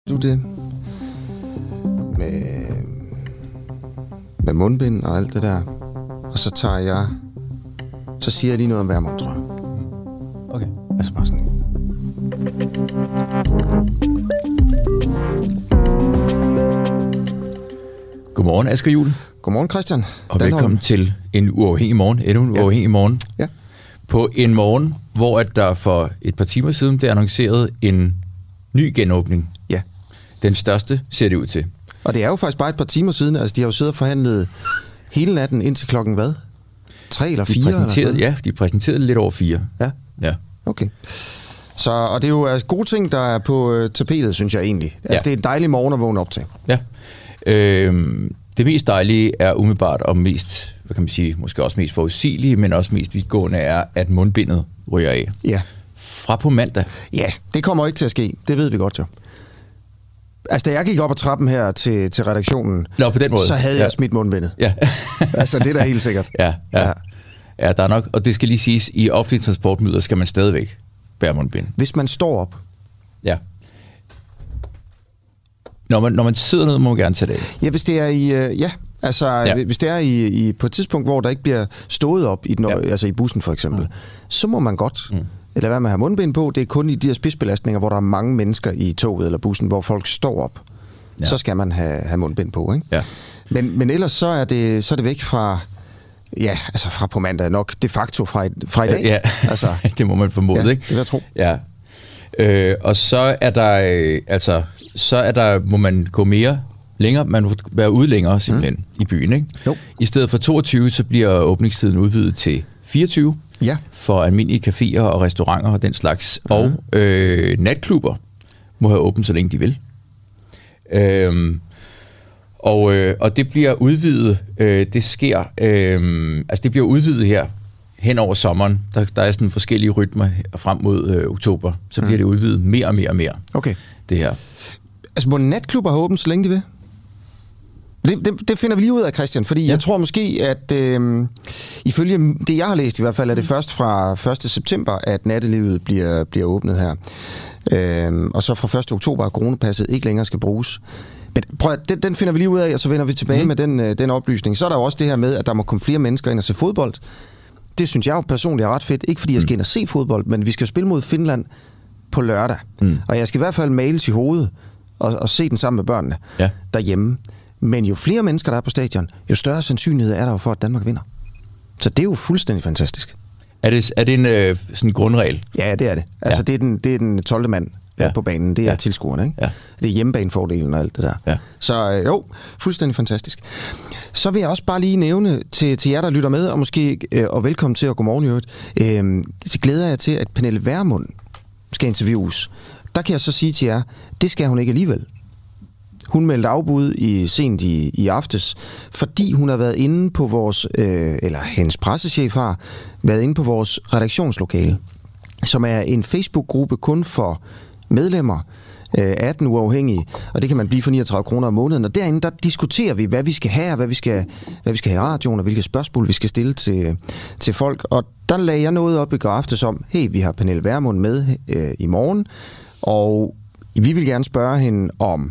Du det med mundbind og alt det der. Og så siger jeg lige noget om Værmund, tror jeg. Okay. Altså bare sådan. Godmorgen, Asger Juhl. Godmorgen, Christian. Og velkommen til en uafhængig morgen. Endnu en uafhængig morgen. Ja. På en morgen, hvor at der for et par timer siden blev annonceret en ny genåbning. Ja. Den største ser det ud til. Og det er jo faktisk bare et par timer siden. Altså, de har jo siddet og forhandlet hele natten indtil klokken hvad? 3 eller 4? De præsenterede lidt over 4. Ja. Okay. Så, og det er jo altså gode ting, der er på tapetet, synes jeg egentlig. Altså, det er en dejlig morgen at vågne op til. Ja. Det mest dejlige er umiddelbart og mest, hvad kan man sige, måske også mest forudsigelige, men også mest vidtgående er, at mundbindet ryger af. Ja. Fra på mandag. Ja, det kommer ikke til at ske. Det ved vi godt jo. Altså, da jeg gik op ad trappen her til redaktionen, på den måde. Så havde jeg smidt mundbindet. Ja. Altså, det er da helt sikkert. Ja, der er nok, og det skal lige siges, i offentlige transportmidler skal man stadigvæk bære mundbind. Hvis man står op. Ja. Når man sidder ned, må man gerne tage det af. Ja, hvis det er hvis det er i på et tidspunkt, hvor der ikke bliver stået op i altså i bussen for eksempel, så må man godt lade være med at have mundbind på. Det er kun i de her spidsbelastninger, hvor der er mange mennesker i toget eller bussen, hvor folk står op. Ja. Så skal man have mundbind på, ikke? Ja. Men ellers så er det væk fra fra på mandag nok de facto fra i dag. Ja. Altså, det må man formode, ikke? Det vil jeg tro. Ja. Og så er der, må man gå længere, man må være ude længere simpelthen i byen, ikke? Jo. I stedet for 22, så bliver åbningstiden udvidet til 24 for almindelige caféer og restauranter og den slags. Og natklubber må have åbent, så længe de vil. Og det bliver udvidet, det bliver udvidet her hen over sommeren. Der er sådan forskellige rytmer frem mod oktober. Så bliver det udvidet mere og mere og mere. Okay. Det her. Altså, må natklubber have åbent, så længe de vil? Det finder vi lige ud af, Christian, fordi jeg tror måske, at ifølge det, jeg har læst i hvert fald, er det først fra 1. september, at nattelivet bliver åbnet her. Og så fra 1. oktober, at coronapasset ikke længere skal bruges. Men prøv at, den finder vi lige ud af, og så vender vi tilbage med den oplysning. Så er der jo også det her med, at der må komme flere mennesker ind og se fodbold. Det synes jeg jo personligt er ret fedt. Ikke fordi jeg skal ind og se fodbold, men vi skal spille mod Finland på lørdag. Og jeg skal i hvert fald males i hovedet og se den sammen med børnene derhjemme. Men jo flere mennesker, der er på stadion, jo større sandsynlighed er der jo for, at Danmark vinder. Så det er jo fuldstændig fantastisk. Er det en sådan grundregel? Ja, det er det. Altså, det er den 12. mand på banen. Det er tilskuerne, ikke? Ja. Det er hjemmebanefordelen og alt det der. Ja. Så jo, fuldstændig fantastisk. Så vil jeg også bare lige nævne til jer, der lytter med, og måske og velkommen til, og godmorgen i øvrigt. Så glæder jeg til, at Pernille Vermund skal interviews. Der kan jeg så sige til jer, det skal hun ikke alligevel. Hun meldte afbud sent i aftes, fordi hun har været inde på vores, eller hendes pressechef har været inde på vores redaktionslokale, som er en Facebook-gruppe kun for medlemmer, 18 uafhængige, og det kan man blive for 39 kroner om måneden. Og derinde, der diskuterer vi, hvad vi skal have, og hvad vi skal have i radioen, og hvilke spørgsmål vi skal stille til folk. Og der lagde jeg noget op i går aftes om, hey, vi har Pernille Vermund med i morgen, og vi vil gerne spørge hende om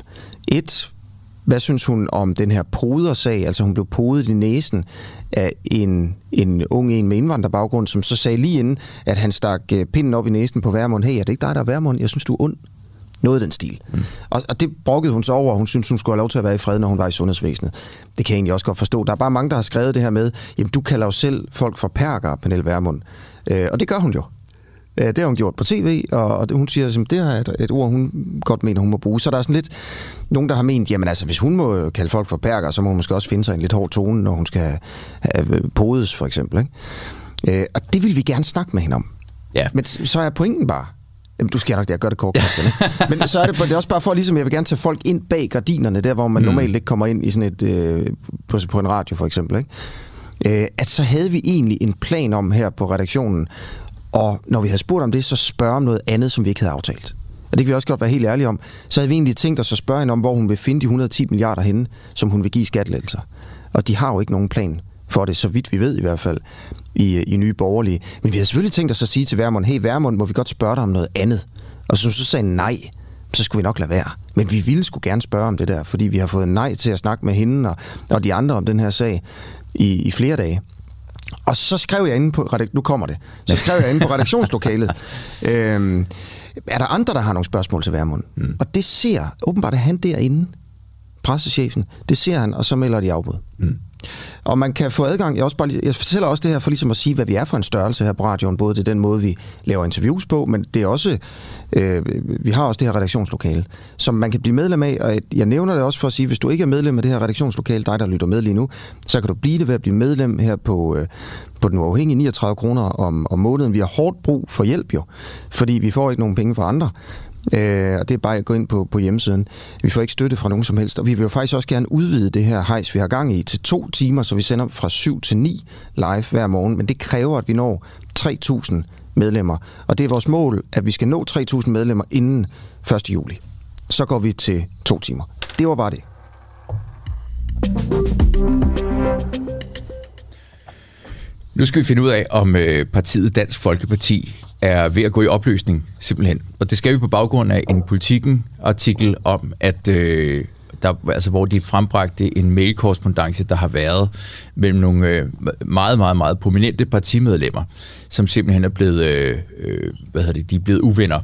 hvad synes hun om den her podersag? Altså hun blev podet i næsen af en ung med indvandrerbaggrund, som så sagde lige inden, at han stak pinden op i næsen på Vermund. Hey, er det ikke dig, der er Vermund? Jeg synes, du er ond. Noget af den stil. Og det brokkede hun så over, og hun synes, hun skulle have lov til at være i fred, når hun var i sundhedsvæsenet. Det kan jeg egentlig også godt forstå. Der er bare mange, der har skrevet det her med, jamen du kalder jo selv folk for perker, Pernille Vermund. Og det gør hun jo. Det har hun gjort på tv, og hun siger, at det er et ord, hun godt mener, hun må bruge. Så der er sådan lidt nogen, der har ment, jamen altså, hvis hun må kalde folk for perker, så må hun måske også finde sig en lidt hård tone, når hun skal have podes, for eksempel. Ikke? Og det vil vi gerne snakke med hende om. Ja. Men så er pointen bare, jamen, du skal nok det, jeg gør det kort, Christian. Men så er det også bare for, ligesom jeg vil gerne tage folk ind bag gardinerne, der hvor man normalt ikke kommer ind i sådan et, på en radio, for eksempel. Ikke? At så havde vi egentlig en plan om her på redaktionen, og når vi havde spurgt om det, så spørge om noget andet, som vi ikke havde aftalt. Og det kan vi også godt være helt ærlige om. Så havde vi egentlig tænkt os at spørge hende om, hvor hun vil finde de 110 milliarder henne, som hun vil give i skattelettelser. Og de har jo ikke nogen plan for det, så vidt vi ved i hvert fald, i Nye Borgerlige. Men vi havde selvfølgelig tænkt os at sige til Vermund, hey Vermund, må vi godt spørge dig om noget andet? Og så sagde nej, så skulle vi nok lade være. Men vi ville sgu gerne spørge om det der, fordi vi har fået nej til at snakke med hende og de andre om den her sag i flere dage. Og så skrev jeg inde på, nu kommer det, så skrev jeg inde på redaktionslokalet, er der andre, der har nogle spørgsmål til Vermund? Og det ser, åbenbart er han derinde, pressechefen, det ser han, og så melder de afbud. Og man kan få adgang, jeg fortæller også det her for ligesom at sige, hvad vi er for en størrelse her på radioen, både det er den måde, vi laver interviews på, men det er også, vi har også det her redaktionslokale, som man kan blive medlem af, og jeg nævner det også for at sige, hvis du ikke er medlem af det her redaktionslokale, dig der lytter med lige nu, så kan du blive det ved at blive medlem her på Den Uafhængige, 39 kroner om måneden. Vi har hårdt brug for hjælp jo, fordi vi får ikke nogen penge fra andre. Og det er bare at gå ind på hjemmesiden. Vi får ikke støtte fra nogen som helst, og vi vil jo faktisk også gerne udvide det her hejs, vi har gang i, til 2 timer, så vi sender fra 7 til 9 live hver morgen, men det kræver, at vi når 3.000 medlemmer, og det er vores mål, at vi skal nå 3.000 medlemmer inden 1. juli. Så går vi til 2 timer. Det var bare det. Nu skal vi finde ud af, om partiet Dansk Folkeparti er ved at gå i opløsning, simpelthen. Og det skal vi på baggrund af en Politiken-artikel om, at hvor de frembragte en mailkorrespondance, der har været mellem nogle meget, meget, meget prominente partimedlemmer, som simpelthen er blevet, de er blevet uvenner.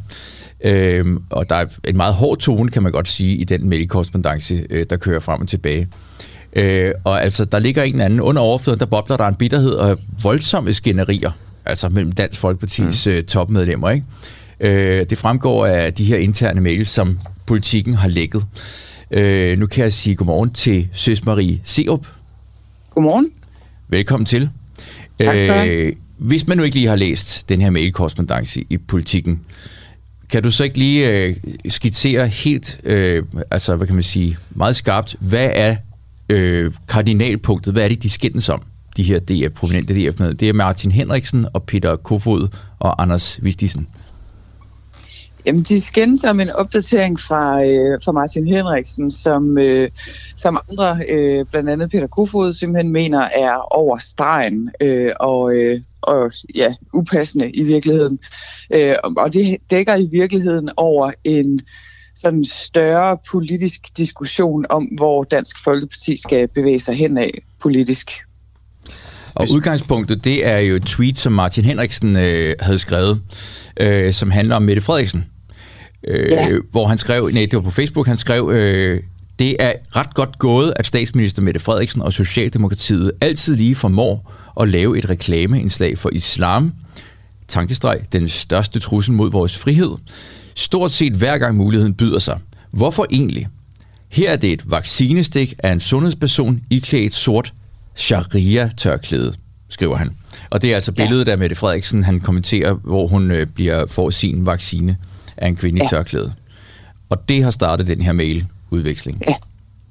Og der er en meget hård tone, kan man godt sige, i den mailkorrespondance, der kører frem og tilbage. Og altså, der ligger en eller anden under overfladen, der bobler der en bitterhed og voldsomme skænderier, altså mellem Dansk Folkepartis topmedlemmer, ikke? Det fremgår af de her interne mails, som Politiken har lækket. Nu kan jeg sige godmorgen til Søs Marie Serup. Godmorgen. Velkommen til. Tak skal du have. Hvis man nu ikke lige har læst den her mailkorrespondance i Politiken, kan du så ikke lige skitsere helt, hvad kan man sige, meget skarpt, hvad er kardinalpunktet, hvad er det, de skændes om, de her prominente DF-medlemmer? Det er Martin Henriksen og Peter Kofod og Anders Vistisen. Jamen, de skændes om en opdatering fra Martin Henriksen, som andre, blandt andet Peter Kofod, simpelthen mener er over stregen og upassende i virkeligheden. Og det dækker i virkeligheden over en sådan større politisk diskussion om, hvor Dansk Folkeparti skal bevæge sig henad politisk. Og udgangspunktet, det er jo et tweet, som Martin Henriksen havde skrevet, som handler om Mette Frederiksen. Hvor han skrev, det var på Facebook, han skrev, det er ret godt gået, at statsminister Mette Frederiksen og Socialdemokratiet altid lige formår at lave et reklameindslag for islam. Tankestreg, den største trussel mod vores frihed. Stort set hver gang muligheden byder sig. Hvorfor egentlig? Her er det et vaccinestik af en sundhedsperson iklædt sort sharia-tørklæde, skriver han. Og det er altså billedet af Mette Frederiksen, han kommenterer, hvor hun får sin vaccine af en kvinde i tørklæde. Og det har startet den her mail-udveksling. Ja,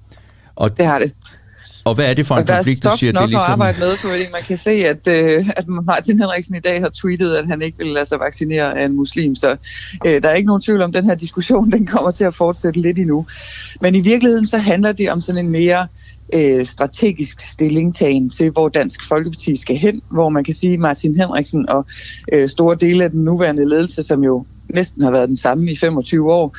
og det har det. Og hvad er det for en konflikt, du siger? Det er nok at arbejde med, fordi man kan se, at Martin Henriksen i dag har tweetet, at han ikke vil lade sig vaccinere af en muslim. Så der er ikke nogen tvivl om, den her diskussion, den kommer til at fortsætte lidt endnu. Men i virkeligheden så handler det om sådan en mere strategisk stillingtagen til, hvor Dansk Folkeparti skal hen, hvor man kan sige, at Martin Henriksen og store dele af den nuværende ledelse, som jo næsten har været den samme i 25 år,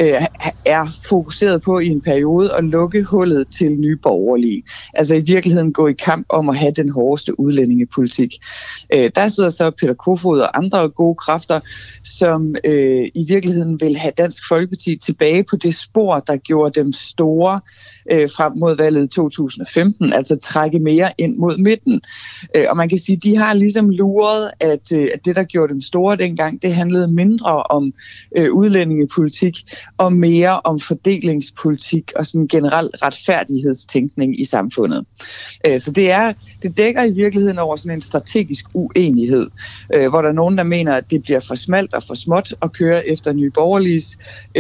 er fokuseret på i en periode at lukke hullet til Nye Borgerlige. Altså i virkeligheden gå i kamp om at have den hårdeste udlændingepolitik. Der sidder så Peter Kofod og andre gode kræfter, som i virkeligheden vil have Dansk Folkeparti tilbage på det spor, der gjorde dem store frem mod valget i 2015, altså trække mere ind mod midten. Og man kan sige, at de har ligesom luret, at det, der gjorde dem store dengang, det handlede mindre om udlændingepolitik og mere om fordelingspolitik og sådan generel retfærdighedstænkning i samfundet. Så det dækker i virkeligheden over sådan en strategisk uenighed, hvor der er nogen, der mener, at det bliver for smalt og for småt at køre efter Nye Borgerliges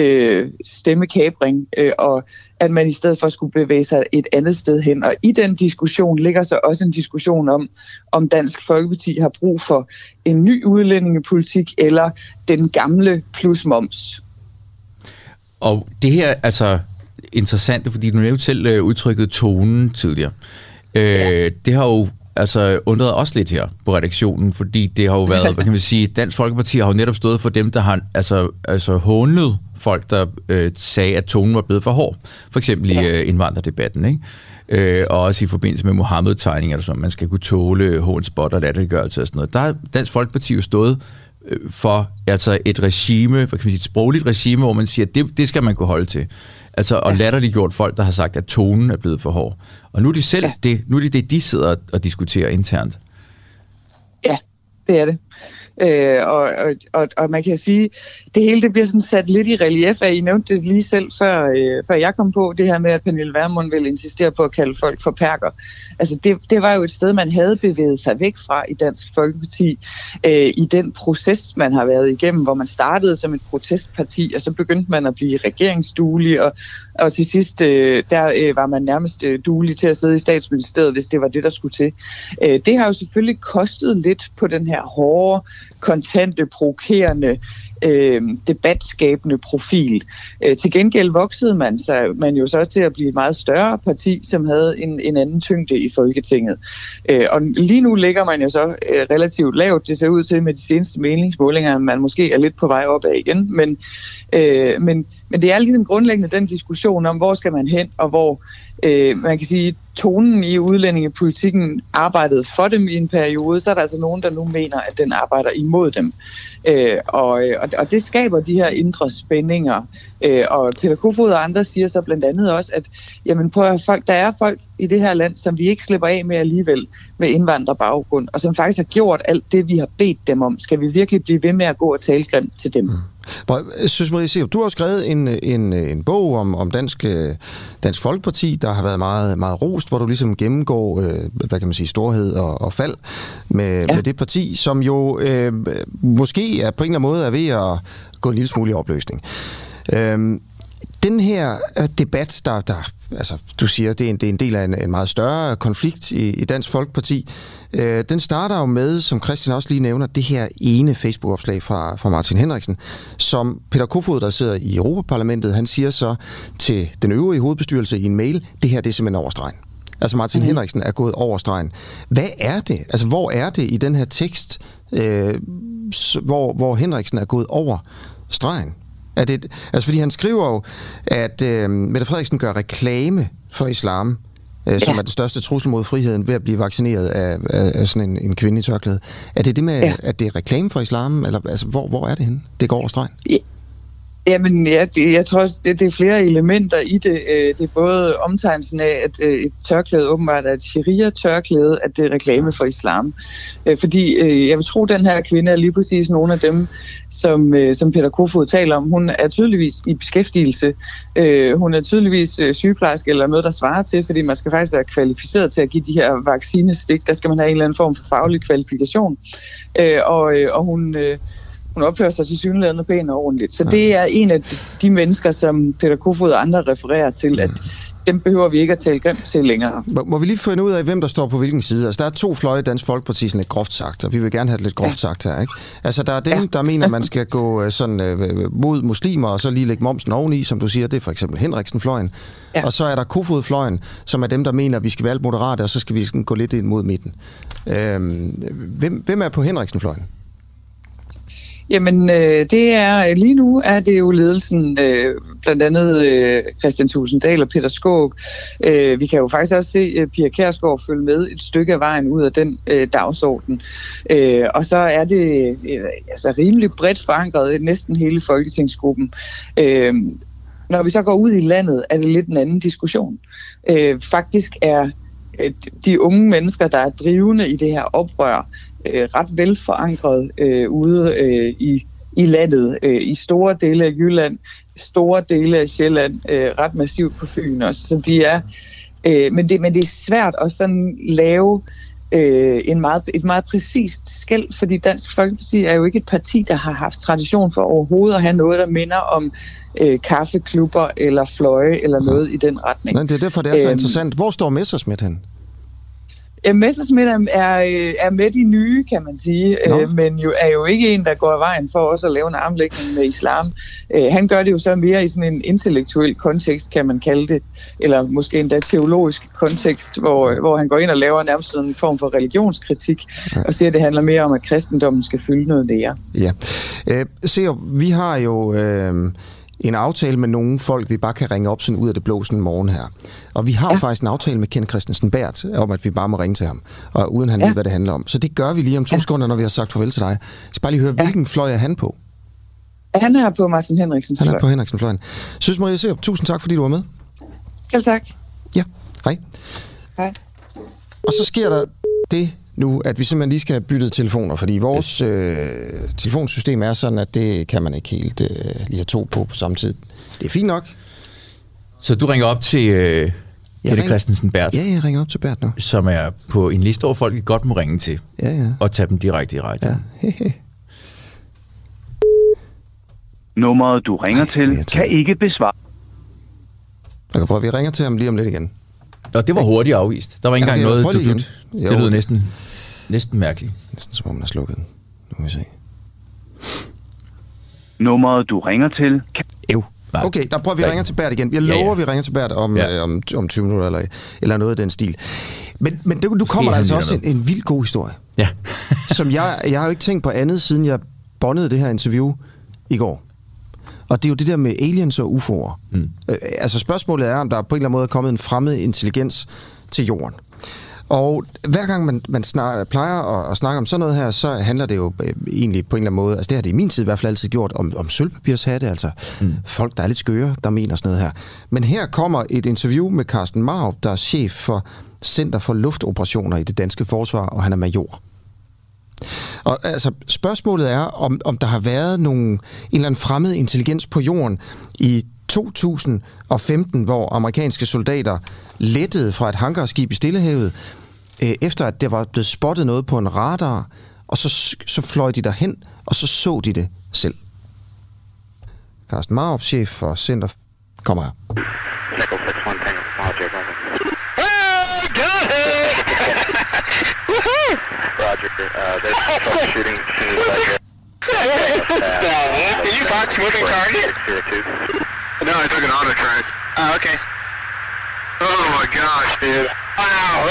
stemmekabring, og at man i stedet for skulle bevæge sig et andet sted hen. Og i den diskussion ligger så også en diskussion om Dansk Folkeparti har brug for en ny udlændingepolitik eller den gamle plus moms. Og det her er altså interessant, fordi du nævnte selv udtrykket tonen tidligere. Det har jo undrede os lidt her på redaktionen, fordi det har jo været, hvad kan man sige, Dansk Folkeparti har jo netop stået for dem, der har hånlet folk, der sagde, at tonen var blevet for hård. For eksempel i indvandrerdebatten, ikke? Og også i forbindelse med Mohammed-tegninger, som man skal kunne tåle hånspot og latterliggørelse og sådan noget. Der har Dansk Folkeparti jo stået for et regime, hvad kan man sige, et sprogligt regime, hvor man siger, at det skal man kunne holde til. Og latterliggjort folk, der har sagt, at tonen er blevet for hård. Og nu er det selv det, de sidder og diskuterer internt. Ja, det er det. Og man kan sige, det hele det bliver sådan sat lidt i relief af, I nævnte det lige selv, før jeg kom på, det her med, at Pernille Vermund ville insistere på at kalde folk for perker. Altså det var jo et sted, man havde bevæget sig væk fra i Dansk Folkeparti, i den proces, man har været igennem, hvor man startede som et protestparti, og så begyndte man at blive regeringsduelig, og til sidst, der var man nærmest duelig til at sidde i Statsministeriet, hvis det var det, der skulle til. Det har jo selvfølgelig kostet lidt på den her hårde, kontante, provokerende, debatskabende profil. Til gengæld voksede man jo så til at blive et meget større parti, som havde en anden tyngde i Folketinget. Og lige nu ligger man jo så relativt lavt. Det ser ud til med de seneste meningsmålinger, at man måske er lidt på vej opad igen. Men det er ligesom grundlæggende den diskussion om, hvor skal man hen, og hvor man kan sige, tonen i udlændingepolitikken arbejdede for dem i en periode, så er der altså nogen, der nu mener, at den arbejder imod dem. Og det skaber de her indre spændinger. Og Peter Kofod og andre siger så blandt andet også, at jamen, der er folk i det her land, som vi ikke slipper af med alligevel med indvandrerbaggrund, og som faktisk har gjort alt det, vi har bedt dem om. Skal vi virkelig blive ved med at gå og tale grimt til dem? Søs Marie Serup, du har skrevet en bog om Dansk Folkeparti, der har været meget, meget rost, hvor du ligesom gennemgår, hvad kan man sige, storhed og fald med det parti, som jo måske er på en eller anden måde er ved at gå en lille smule i opløsning. Den her debat, der altså, du siger, det er en del af en meget større konflikt i Dansk Folkeparti. Den starter jo med, som Christian også lige nævner, det her ene Facebook-opslag fra Martin Henriksen, som Peter Kofod, der sidder i Europaparlamentet, han siger så til den øvrige hovedbestyrelse i en mail, det her det er simpelthen over stregen. Altså Martin Henriksen er gået over stregen. Hvad er det? Altså hvor er det i den her tekst, hvor Henriksen er gået over stregen? Fordi han skriver jo, at Mette Frederiksen gør reklame for islam, som er det største trussel mod friheden ved at blive vaccineret af sådan en kvinde i tørklæde. Er det med, at det er reklame for islam, eller altså, hvor er det henne? Det går over stregen? Jamen, jeg tror også, det er flere elementer i det. Det er både omtegnelsen af, at et tørklæde åbenbart er et sharia-tørklæde, at det er reklame for islam. Fordi jeg vil tro, at den her kvinde er lige præcis nogle af dem, som Peter Kofod taler om. Hun er tydeligvis i beskæftigelse. Hun er tydeligvis sygeplejerske eller noget, der svarer til, fordi man skal faktisk være kvalificeret til at give de her vaccinestik. Der skal man have en eller anden form for faglig kvalifikation. Og hun opfører sig tilsyneladende pænt og ordentligt. Så det er en af de mennesker, som Peter Kofod og andre refererer til, at dem behøver vi ikke at tale grimt til længere. Må vi lige finde ud af, hvem der står på hvilken side? Altså, der er to fløje i Dansk Folkeparti, sådan lidt groft sagt, og vi vil gerne have det lidt groft sagt her, ikke? Altså, der er dem, der mener, at man skal gå sådan mod muslimer, og så lige lægge momsen oveni, som du siger, det er for eksempel Henriksen-fløjen. Ja. Og så er der Kofod-fløjen, som er dem, der mener, at vi skal være alt moderate, og så skal vi gå lidt ind mod midten. Hvem er på Henriksen-fløjen? Jamen, det er lige nu er det jo ledelsen, blandt andet Christian Tulsendal og Peter Skaarup. Vi kan jo faktisk også se Pia Kjærsgaard følge med et stykke af vejen ud af den dagsorden. Og så er det altså rimelig bredt forankret næsten hele folketingsgruppen. Når vi så går ud i landet, er det lidt en anden diskussion. Faktisk er de unge mennesker, der er drivende i det her oprør, ret velforankret ude i landet, i store dele af Jylland, store dele af Sjælland, ret massivt på Fyn også. Så de er, men det er svært at sådan lave et meget præcist skel, fordi Dansk Folkeparti er jo ikke et parti, der har haft tradition for overhovedet at have noget, der minder om kaffeklubber eller fløje eller noget i den retning. Men det er derfor, det er så interessant. Hvor står Messerschmidt hen? Messerschmidt er med de nye, kan man sige, men er jo ikke en, der går af vejen for også at lave en armlægning med islam. Han gør det jo så mere i sådan en intellektuel kontekst, kan man kalde det, eller måske endda teologisk kontekst, hvor han går ind og laver nærmest en form for religionskritik, og siger, at det handler mere om, at kristendommen skal fylde noget mere. Ja. Vi har jo en aftale med nogle folk, vi bare kan ringe op sådan ud af det blå sådan en morgen her. Og vi har faktisk en aftale med Kenneth Kristensen Berth om, at vi bare må ringe til ham, og uden han ved, hvad det handler om. Så det gør vi lige om 2 sekunder, når vi har sagt farvel til dig. Jeg skal bare lige høre, hvilken fløj er han på? Han er på Martin Henriksens fløj. Han er på Henriksen-fløjen. Søs Marie Serup, tusind tak, fordi du var med. Selv tak. Ja, hej. Hej. Og så sker der det nu, at vi simpelthen lige skal have byttet telefoner, fordi vores telefonsystem er sådan, at det kan man ikke helt lige have 2 på samme tid. Det er fint nok. Så du ringer op til Kenneth Kristensen Berth? Ja, jeg ringer op til Berth nu. Som er på en liste over folk, I godt må ringe til. Ja. Og tage dem direkte i radioen. Ja. Nummeret, du ringer til, kan ikke besvare. Jeg kan prøve, vi ringer til ham lige om lidt igen. Og det var hurtigt afvist. Der var ikke engang noget, det lød næsten mærkeligt. Næsten som om man har slukket den. Nu må vi se. Nummeret, du ringer til... Okay, der prøver vi at ringe til Berth igen. Jeg lover, vi ringer til Berth om 20 minutter eller noget af den stil. Men du kommer der altså også en vild god historie. Ja. Som jeg har jo ikke tænkt på andet, siden jeg bondede det her interview i går. Og det er jo det der med aliens og UFO'er. Altså spørgsmålet er, om der på en eller anden måde er kommet en fremmed intelligens til jorden. Og hver gang man plejer at snakke om sådan noget her, så handler det jo egentlig på en eller anden måde, altså det har det i min tid i hvert fald altid gjort, om sølvpapirshatte, altså folk, der er lidt skøre, der mener sådan noget her. Men her kommer et interview med Carsten Marup, der er chef for Center for Luftoperationer i det danske forsvar, og han er major. Og altså, spørgsmålet er, om der har været en eller anden fremmed intelligens på jorden i 2015, hvor amerikanske soldater lettede fra et hangarskib i Stillehavet, efter at der var blevet spottet noget på en radar, og så fløj de derhen, og så de det selv. Carsten Marup, chef for Center... Kommer her. Roger. There's troubleshooting. Did you box moving target? No, I took an auto track. Oh, okay. Oh my gosh, dude. Wow.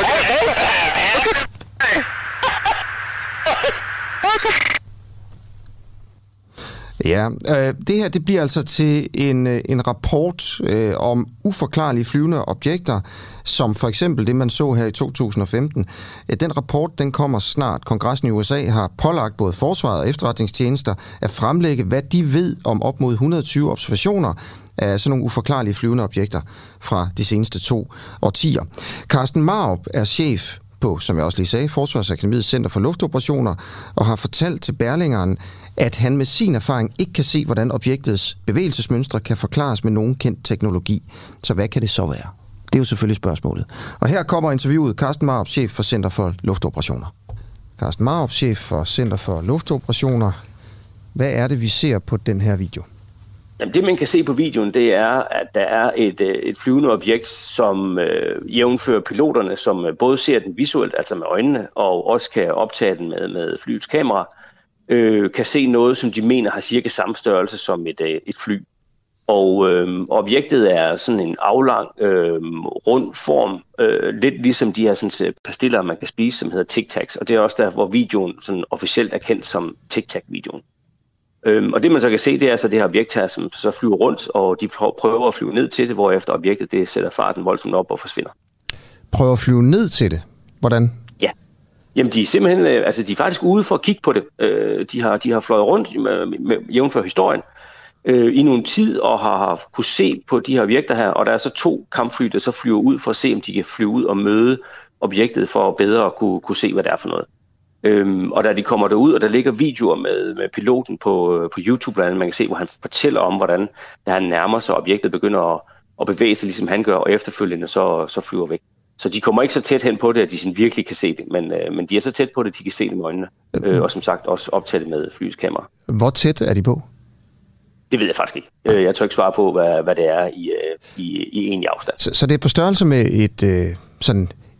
Ja, det her det bliver altså til en rapport om uforklarlige flyvende objekter, som for eksempel det, man så her i 2015. Den rapport, den kommer snart. Kongressen i USA har pålagt både forsvaret og efterretningstjenester at fremlægge, hvad de ved om op mod 120 observationer af sådan nogle uforklarlige flyvende objekter fra de seneste 2 årtier. Carsten Marup er chef på, som jeg også lige sagde, Forsvarsakademiets Center for Luftoperationer, og har fortalt til Berlingeren, at han med sin erfaring ikke kan se, hvordan objektets bevægelsesmønstre kan forklares med nogen kendt teknologi. Så hvad kan det så være? Det er jo selvfølgelig spørgsmålet. Og her kommer interviewet. Carsten Marup, chef for Center for Luftoperationer. Carsten Marup, chef for Center for Luftoperationer. Hvad er det, vi ser på den her video? Jamen, det, man kan se på videoen, det er, at der er et flyvende objekt, som jævnfører piloterne, som både ser den visuelt, altså med øjnene, og også kan optage den med flyets kamera, kan se noget, som de mener har cirka samme størrelse som et fly. Og objektet er sådan en aflang, rund form, lidt ligesom de her sådan, pastiller, man kan spise, som hedder Tic Tacs. Og det er også der, hvor videoen sådan, officielt er kendt som Tic Tac-videoen. Og det man så kan se, det er altså det her objekt her, som så flyver rundt, og de prøver at flyve ned til det, hvorefter objektet det sætter farten voldsomt op og forsvinder. Prøver at flyve ned til det? Hvordan? Ja. Jamen, de er simpelthen, altså de er faktisk ude for at kigge på det. De har fløjet rundt med jævnfør historien i nogle tid, og har kunne se på de her objekter her, og der er så 2 kampfly, der så flyver ud for at se, om de kan flyve ud og møde objektet, for at bedre at kunne se, hvad det er for noget. Og da de kommer derud, og der ligger videoer med piloten på YouTube, blandt andet, man kan se, hvor han fortæller om, hvordan da han nærmer sig, objektet begynder at bevæge sig, ligesom han gør, og efterfølgende så flyver væk. Så de kommer ikke så tæt hen på det, at de sådan virkelig kan se det, men de er så tæt på det, at de kan se det med øjnene, og som sagt også optage det med flyets kamera. Hvor tæt er de på? Det ved jeg faktisk ikke. Jeg tør ikke svare på, hvad det er i egentlig afstand. Så det er på størrelse med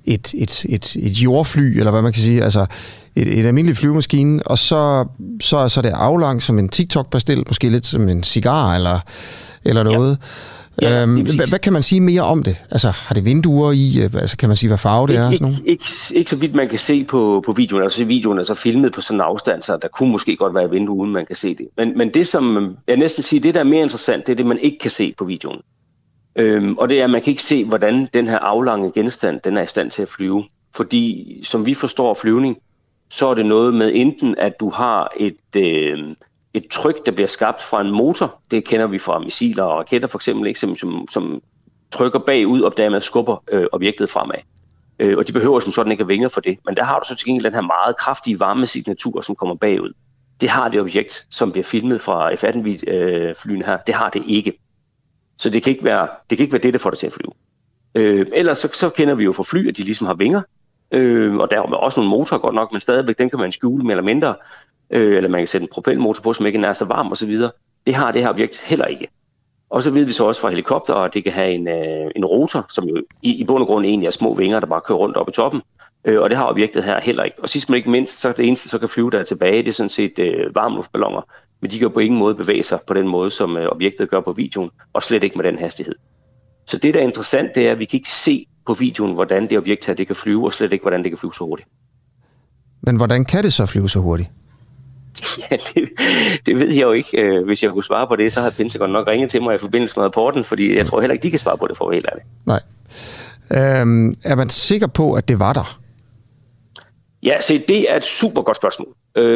et jordfly, eller hvad man kan sige, altså et almindeligt flyvemaskine, og så er det aflangt som en TikTok-pastil, måske lidt som en cigar, eller noget. Ja, hvad kan man sige mere om det? Altså, har det vinduer i? Altså, kan man sige, hvad farve det er? Sådan noget? Ikke så vidt man kan se på videoen. Altså, videoen er så filmet på sådan en afstand, så der kunne måske godt være et vindue, uden man kan se det. Men det, som jeg næsten siger, det der er mere interessant, det er det, man ikke kan se på videoen. Og det er, at man kan ikke se, hvordan den her aflange genstand, den er i stand til at flyve. Fordi, som vi forstår flyvning, så er det noget med enten, at du har et tryk, der bliver skabt fra en motor. Det kender vi fra missiler og raketter for eksempel, ikke? Som trykker bagud, og dermed skubber objektet fremad. Og de behøver som sådan ikke at vinger for det. Men der har du så til gengæld den her meget kraftige varmesignatur, som kommer bagud. Det har det objekt, som bliver filmet fra F-18-flyene her. Det har det ikke. Så det kan ikke være det, der får det til at flyve. Ellers så kender vi jo fra fly, at de ligesom har vinger. Og der er også nogle motorer godt nok, men stadigvæk den kan man skjule mere eller mindre. Eller man kan sætte en propelmotor på, som ikke er så varm osv. Det har det her objekt heller ikke. Og så ved vi så også fra helikopter, at det kan have en rotor, som jo i bund og grund egentlig er små vinger, der bare kører rundt op i toppen. Og det har objektet her heller ikke. Og sidst men ikke mindst, så er det eneste, så kan flyve der tilbage, det er sådan set varmluftballoner. Men de kan på ingen måde bevæge sig på den måde, som objektet gør på videoen, og slet ikke med den hastighed. Så det, der er interessant, det er, at vi kan ikke se på videoen, hvordan det objekt her det kan flyve, og slet ikke, hvordan det kan flyve så hurtigt. Men hvordan kan det så flyve så hurtigt? Ja, det ved jeg jo ikke. Hvis jeg kunne svare på det, så havde Pentagon nok ringet til mig i forbindelse med rapporten, fordi jeg tror heller ikke, de kan svare på det for helt ærligt. Nej. Er man sikker på, at det var der? Ja, så det er et super godt spørgsmål.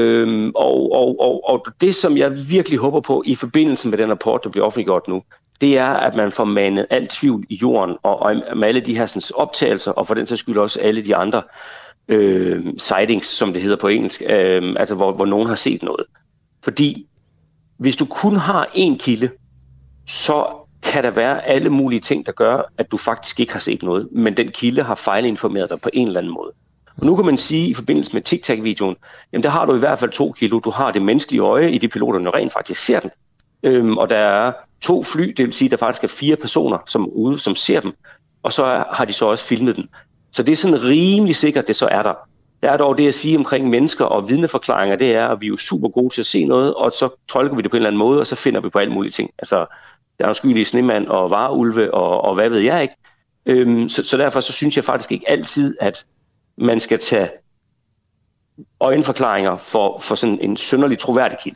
Og det, som jeg virkelig håber på i forbindelse med den rapport, der bliver offentliggjort nu, det er, at man får manet alt tvivl i jorden, og med alle de her sådan, optagelser, og for den sags skyld også alle de andre sightings, som det hedder på engelsk, altså hvor nogen har set noget. Fordi hvis du kun har én kilde, så kan der være alle mulige ting, der gør, at du faktisk ikke har set noget, men den kilde har fejlinformeret dig på en eller anden måde. Og nu kan man sige, i forbindelse med TikTok-videoen, jamen der har du i hvert fald 2 kilo. Du har det menneskelige øje, i de piloterne rent faktisk ser den. Og der er 2 fly, det vil sige, at der faktisk er 4 personer som ser dem, og så har de så også filmet den. Så det er sådan rimelig sikkert, det så er der. Der er dog det at sige omkring mennesker og vidneforklaringer, det er, at vi er jo super gode til at se noget, og så tolker vi det på en eller anden måde, og så finder vi på alle mulige ting. Altså, der er jo skyldige snemand og vareulve og hvad ved jeg ikke. Så derfor så synes jeg faktisk ikke altid, at man skal tage øjenforklaringer for sådan en synderlig troværdig kilde.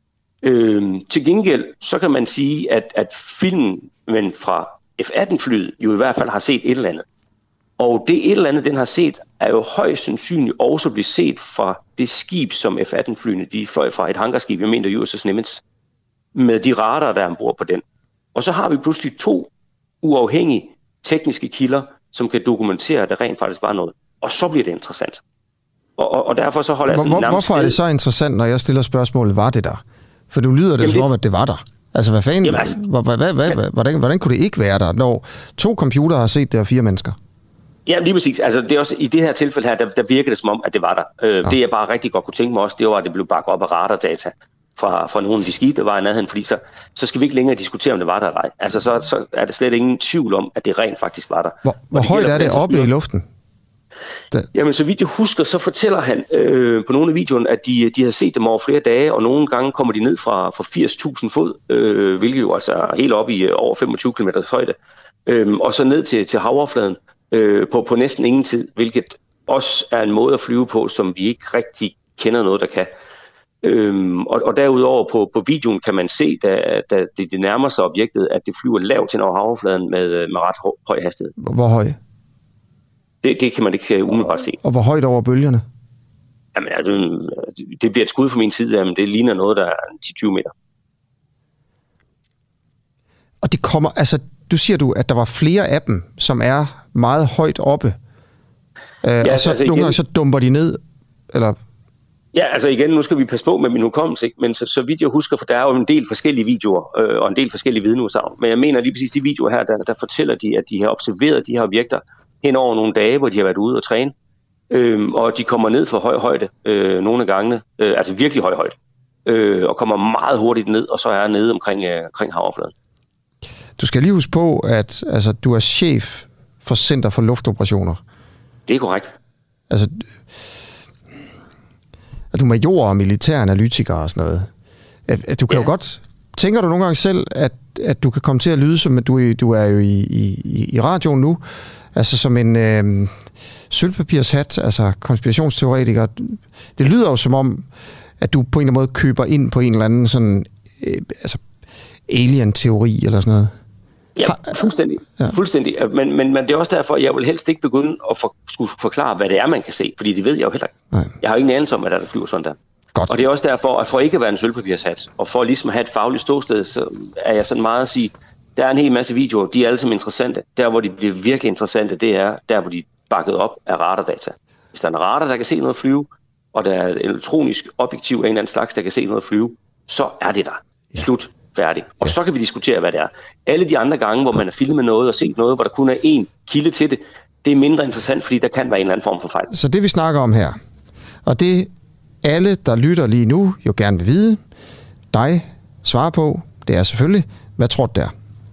Til gengæld, så kan man sige, at filmen fra F-18-flyet jo i hvert fald har set et eller andet. Og det et eller andet, den har set, er jo højst sandsynligt også blevet set fra det skib, som F-18-flyene de fløj fra, et hangarskib, jeg mener USS Nimitz, med de radarer, der er ombord på den. Og så har vi pludselig 2 uafhængige tekniske kilder, som kan dokumentere, at der rent faktisk var noget. Og så bliver det interessant. Og derfor så holder jeg sådan Hvorfor er det så interessant, når jeg stiller spørgsmålet, var det der? For nu lyder det som om, at det var der. Altså, hvad fanden? Hvordan kunne det ikke være der, når 2 computere har set det, og 4 mennesker? Ja, lige præcis. Altså, det er også, i det her tilfælde her, der virker det som om, at det var der. Det jeg bare rigtig godt kunne tænke mig også, det var, at det blev bakket op af radardata fra nogle af de skibe, der var i nærheden, fordi så skal vi ikke længere diskutere, om det var der eller ej. Altså, så er der slet ingen tvivl om, at det rent faktisk var der. Hvor højt er det oppe i luften? Jamen, så vidt jeg husker, så fortæller han på nogle af videoerne, at de har set dem over flere dage, og nogle gange kommer de ned fra 80.000 fod, hvilket jo altså er helt op i over 25 km højde, og så ned til havoverfladen på næsten ingen tid, hvilket også er en måde at flyve på, som vi ikke rigtig kender noget, der kan. Og derudover på videoen kan man se, da det nærmer sig objektet, at det flyver lavt hen over havoverfladen med ret høj hastighed. Hvor høj? Det kan man ikke umiddelbart se. Og hvor højt over bølgerne? Jamen, altså, det bliver et skud fra min side, jamen, det ligner noget, der er 10-20 meter. Og det kommer, altså, du siger at der var flere af dem, som er meget højt oppe, og så altså, nogle gange så dumper de ned, eller... Ja, altså igen, nu skal vi passe på med min hukommelse, ikke? Men så vidt jeg husker, for der er jo en del forskellige videoer, og en del forskellige vidneudsagn, men jeg mener lige præcis de videoer her, der fortæller de, at de har observeret de her objekter hen over nogle dage, hvor de har været ude og træne, og de kommer ned for høj højde nogle af gangene, altså virkelig høj højde, og kommer meget hurtigt ned, og så er nede omkring havoverfladen. Du skal lige huske på, at altså, du er chef for Center for Luftoperationer. Det er korrekt. Altså, at du er major og militæranalytiker og sådan noget. At du kan jo godt... Tænker du nogle gange selv, at du kan komme til at lyde som, at du er jo i radioen nu, altså som en sølvpapirshat, altså konspirationsteoretiker. Det lyder jo som om, at du på en eller anden måde køber ind på en eller anden sådan, altså alien-teori eller sådan noget. Ja, fuldstændig. Ja. Fuldstændig. Men det er også derfor, at jeg vil helst ikke begynde at skulle forklare, hvad det er, man kan se, fordi det ved jeg jo heller ikke. Nej. Jeg har ingen anelse om, hvad der flyver sådan der. Godt. Og det er også derfor, at for ikke at være en sølvpapirshat, og for ligesom at have et fagligt ståsted, så er jeg sådan meget at sige, der er en hel masse videoer, de er alle sammen interessante. Der, hvor de bliver virkelig interessante, det er der, hvor de er bakket op af radardata. Hvis der er en radar, der kan se noget flyve, og der er et elektronisk objektiv af en eller anden slags, der kan se noget flyve, så er det der. Slut. Færdig. Og så kan vi diskutere, hvad det er. Alle de andre gange, hvor man har filmet noget og set noget, hvor der kun er én kilde til det, det er mindre interessant, fordi der kan være en eller anden form for fejl. Så det, vi snakker om her, og det alle, der lytter lige nu, jo gerne vil vide, dig svarer på, det er selvfølgelig, hvad tror du der?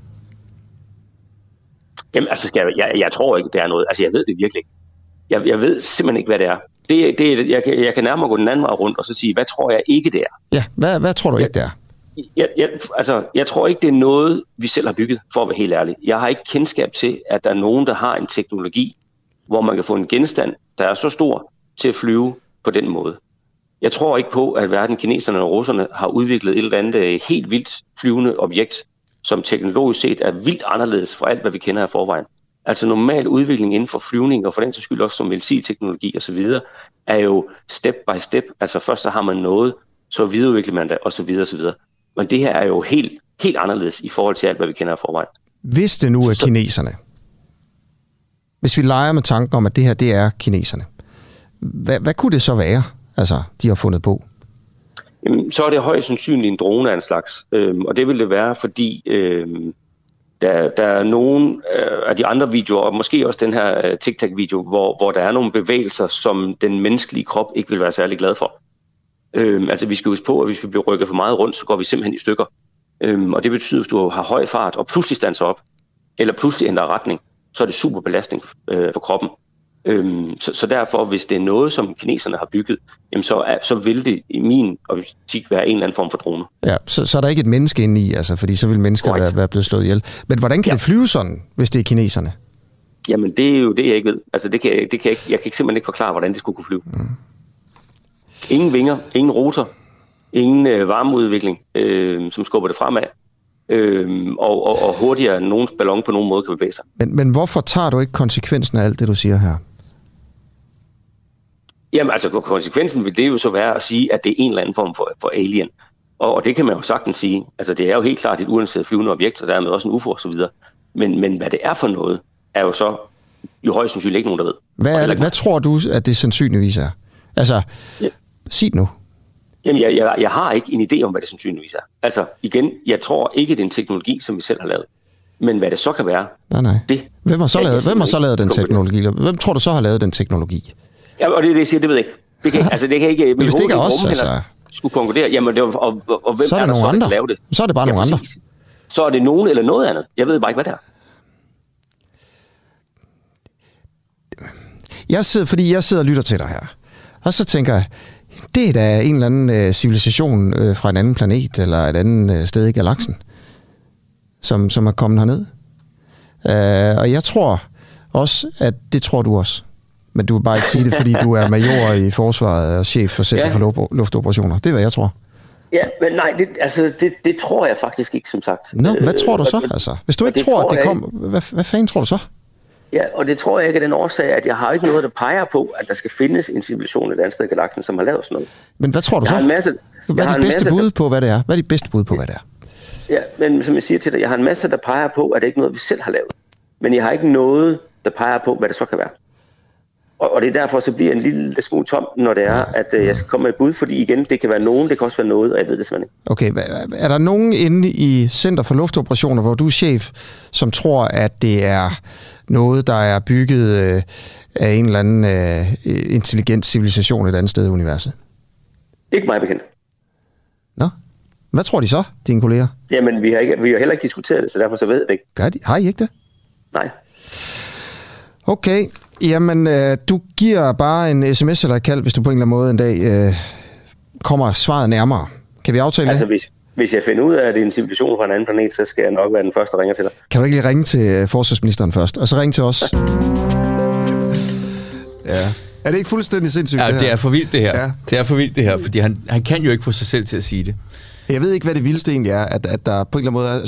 Jamen, altså, jeg tror ikke, det er noget. Altså, jeg ved det virkelig ikke. Jeg ved simpelthen ikke, hvad det er. Jeg kan nærmere gå den anden vej rundt og så sige, hvad tror jeg ikke, det er? Ja, hvad tror du ikke, det er? Jeg tror ikke, det er noget, vi selv har bygget, for at være helt ærlig. Jeg har ikke kendskab til, at der er nogen, der har en teknologi, hvor man kan få en genstand, der er så stor til at flyve på den måde. Jeg tror ikke på, at hverken kineserne og russerne har udviklet et eller andet helt vildt flyvende objekt, som teknologisk set er vildt anderledes fra alt, hvad vi kender af forvejen. Altså normal udvikling inden for flyvning, og for den sags skyld også som medicinteknologi osv., er jo step by step. Altså først så har man noget, så videreudvikler man det osv. osv. Men det her er jo helt anderledes i forhold til alt, hvad vi kender af forvejen. Hvis det nu er kineserne, hvis vi leger med tanken om, at det her, det er kineserne, hvad kunne det så være, altså, de har fundet på? Jamen, så er det højst sandsynligt en drone af en slags. Og det vil det være, fordi der er nogle af de andre videoer, og måske også den her TikTok-video, hvor der er nogle bevægelser, som den menneskelige krop ikke vil være særlig glad for. Altså vi skal huske på, at hvis vi bliver rykket for meget rundt, så går vi simpelthen i stykker. Og det betyder, at hvis du har høj fart og pludselig standser op, eller pludselig ændrer retning, så er det super belastning for kroppen. Så derfor, hvis det er noget, som kineserne har bygget, jamen så vil det i min optik være en eller anden form for drone. Ja, så er der ikke et menneske inde i, altså, fordi så vil mennesker være blevet slået ihjel. Men hvordan kan det flyve sådan, hvis det er kineserne? Jamen det er jo det, jeg ikke ved. Altså jeg kan simpelthen ikke forklare, hvordan det skulle kunne flyve. Mm. Ingen vinger, ingen rotor, ingen varmeudvikling, som skubber det fremad, og hurtigere end nogens ballon på nogen måde kan bevæge sig. Men hvorfor tager du ikke konsekvensen af alt det, du siger her? Jamen altså, konsekvensen vil det jo så være at sige, at det er en eller anden form for alien. Og det kan man jo sagtens sige. Altså, det er jo helt klart et uanset flyvende objekt, og dermed også en UFO og så videre. Men hvad det er for noget, er jo så jo højst sandsynligt ikke nogen, der ved. Hvad tror du, at det sandsynligvis er? Altså, sig det nu. Jamen, jeg har ikke en idé om, hvad det sandsynligvis er. Altså, igen, jeg tror ikke, det er en teknologi, som vi selv har lavet. Men hvad det så kan være, det... Hvem har så lavet den teknologi? Hvem tror du så har lavet den teknologi? Ja, og det jeg siger, det ved jeg ikke. Det kan, altså, det kan ikke... Hvis det ikke er os, altså... Skulle konkludere, jamen, og hvem så er der så, der kan lave det? Så er det bare nogle andre. Så er det nogen eller noget andet. Jeg ved bare ikke, hvad det er. Jeg sidder og lytter til dig her. Og så tænker jeg, det er da en eller anden civilisation fra en anden planet, eller et andet sted i galaksen, som er kommet herned. Og jeg tror også, at det tror du også. Men du vil bare ikke sige det, fordi du er major i forsvaret og chef for Center for Luftoperationer. Det er, hvad jeg tror. Ja, men nej, det tror jeg faktisk ikke, som sagt. Nå, hvad tror du så? Altså, hvis du ikke tror, at det kom... Hvad fanden tror du så? Ja, og det tror jeg ikke er den årsag, at jeg har ikke noget, der peger på, at der skal findes en civilisation et andet sted i galaksen, som har lavet sådan noget. Men hvad tror du så? Hvad er dit bedste bud på, hvad det er? Hvad er dit bedste bud på, hvad det er? Ja, men som jeg siger til dig, jeg har en masse, der peger på, at det ikke er noget, vi selv har lavet. Men jeg har ikke noget, der peger på, hvad det så kan være. Og det er derfor, så bliver en lille smule tom, når det er, at jeg skal komme med et bud, fordi igen, det kan være nogen, det kan også være noget, og jeg ved det simpelthen ikke. Okay, er der nogen inde i Center for Luftoperationer, hvor du er chef, som tror, at det er noget, der er bygget af en eller anden intelligent civilisation et andet sted i universet? Ikke mig bekendt. Nå, hvad tror de så, dine kolleger? Jamen, vi har heller ikke diskuteret det, så derfor så ved jeg det ikke. Har I ikke det? Nej. Okay, Jamen, du giver bare en sms eller et kald, hvis du på en eller anden måde en dag kommer svaret nærmere. Kan vi aftale det? Altså, hvis jeg finder ud af, at det er en civilisation fra en anden planet, så skal jeg nok være den første, der ringer til dig. Kan du ikke lige ringe til forsvarsministeren først, og så ringe til os? Ja. Er det ikke fuldstændig sindssygt, ja, det er for vildt, det her. Ja. Det er for vildt, det her, fordi han kan jo ikke få sig selv til at sige det. Jeg ved ikke, hvad det vildeste egentlig er, at der på en eller anden måde er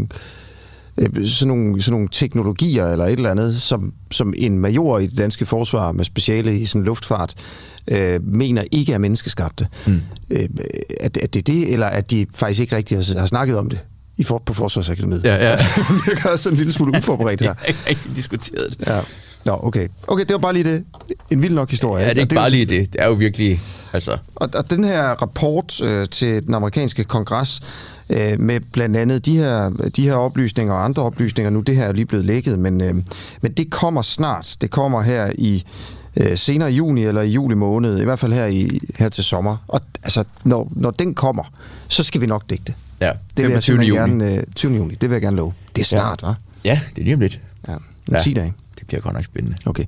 sådan nogle teknologier eller et eller andet, som en major i det danske forsvar med speciale i sådan luftfart mener ikke er menneskeskabte. At det er det, eller at de faktisk ikke rigtig har snakket om det på Forsvarsakademiet. Ja. Det gør sådan en lille smule uforberedt her. Jeg har ikke diskuteret det. Ja. Nå, okay. Okay, det var bare lige det. En vild nok historie. Ja, det er ikke bare lige det. Det er jo virkelig... Altså. Og den her rapport til den amerikanske kongres, med blandt andet de her oplysninger og andre oplysninger, nu det her er lige blevet lækket, men det kommer snart. Det kommer her i senere i juni eller i juli måned, i hvert fald her til sommer. Og altså, når den kommer, så skal vi nok dække det. Ja, det vil jeg 20. Gerne, 20. juni, det vil jeg gerne love. Det er snart, hva'? Ja, det er lige om lidt. Ja, 10 dage. Det bliver godt nok spændende. Okay.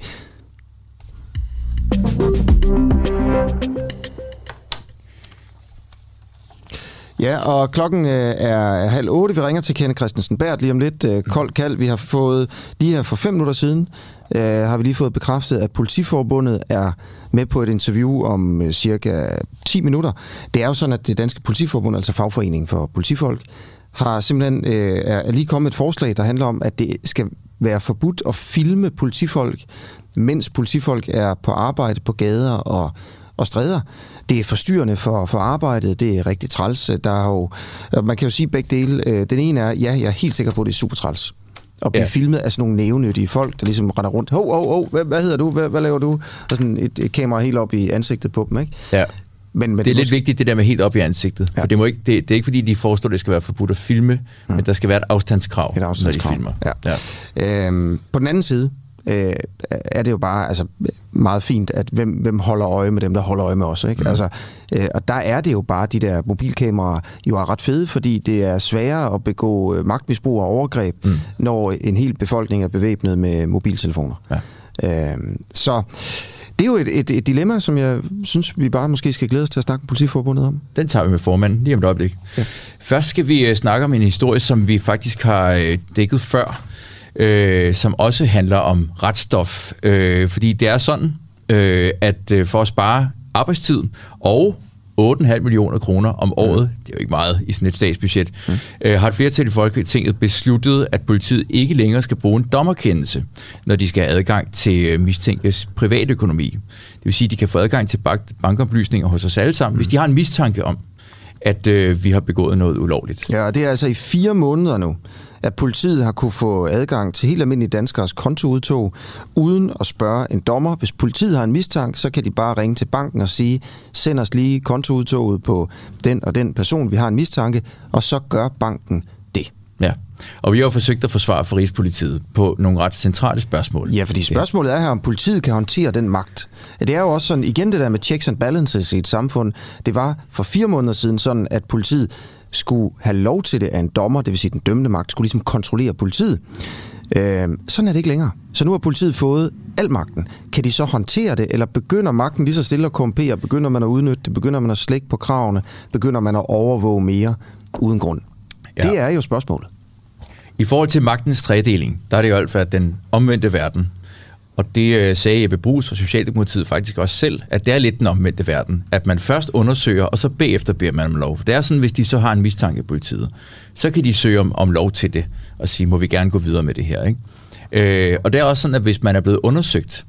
Ja, og klokken er 7:30. Vi ringer til Kenneth Christensen Berth lige om lidt. Koldt kald. Vi har fået, lige her for 5 minutter siden, har vi lige fået bekræftet, at Politiforbundet er med på et interview om cirka 10 minutter. Det er jo sådan, at det danske Politiforbund, altså fagforeningen for politifolk, har simpelthen er lige kommet et forslag, der handler om, at det skal være forbudt at filme politifolk, mens politifolk er på arbejde på gader og stræder. Det er forstyrrende for arbejdet, det er rigtig træls. Der er jo, man kan jo sige begge dele. Den ene er, ja, jeg er helt sikker på, at det er super træls. Og blive filmet af sådan nogle nævenyttige folk, der ligesom render rundt. Hvad hedder du? Hvad laver du? Og sådan et kamera helt op i ansigtet på dem, ikke? Ja. Men det er lidt vigtigt, det der med helt op i ansigtet. Ja. For det er ikke fordi, de foreslår, at det skal være forbudt at filme, men der skal være et afstandskrav, når de filmer. Ja. På den anden side er det jo bare altså, meget fint, at hvem holder øje med dem, der holder øje med os. Ikke? Altså, og der er det jo bare, de der mobilkameraer jo er ret fede, fordi det er sværere at begå magtmisbrug og overgreb, når en hel befolkning er bevæbnet med mobiltelefoner. Ja. Så det er jo et dilemma, som jeg synes, vi bare måske skal glæde os til at snakke med Politiforbundet om. Den tager vi med formanden lige om et øjeblik. Ja. Først skal vi snakke om en historie, som vi faktisk har dækket før, som også handler om retsstof. Fordi det er sådan, at for at spare arbejdstid og 8,5 millioner kroner om året, det er jo ikke meget i sådan et statsbudget, har et flertal i Folketinget besluttet, at politiet ikke længere skal bruge en dommerkendelse, når de skal have adgang til mistænktes privatøkonomi. Det vil sige, at de kan få adgang til bankoplysninger hos os alle sammen, hvis de har en mistanke om, at vi har begået noget ulovligt. Ja, og det er altså i 4 måneder nu, at politiet har kunne få adgang til helt almindelige danskers kontoudtog, uden at spørge en dommer. Hvis politiet har en mistanke, så kan de bare ringe til banken og sige, send os lige kontoudtoget på den og den person, vi har en mistanke, og så gør banken det. Ja, og vi har jo forsøgt at forsvare for Rigspolitiet på nogle ret centrale spørgsmål. Ja, fordi spørgsmålet er her, om politiet kan håndtere den magt. Det er jo også sådan, igen det der med checks and balances i et samfund, det var for 4 måneder siden sådan, at politiet skulle have lov til det af en dommer, det vil sige den dømmende magt, skulle ligesom kontrollere politiet. Sådan er det ikke længere. Så nu har politiet fået al magten. Kan de så håndtere det, eller begynder magten lige så stille at korrumpere? Begynder man at udnytte det? Begynder man at slække på kravene? Begynder man at overvåge mere uden grund? Ja. Det er jo spørgsmålet. I forhold til magtens tredeling, der er det jo alt for den omvendte verden. Og det sagde Jeppe Bruus fra Socialdemokratiet faktisk også selv, at det er lidt den omvendte verden. At man først undersøger, og så bagefter beder man om lov. Det er sådan, hvis de så har en mistanke i politiet, så kan de søge om lov til det, og sige, må vi gerne gå videre med det her. Ikke? Og det er også sådan, at hvis man er blevet undersøgt,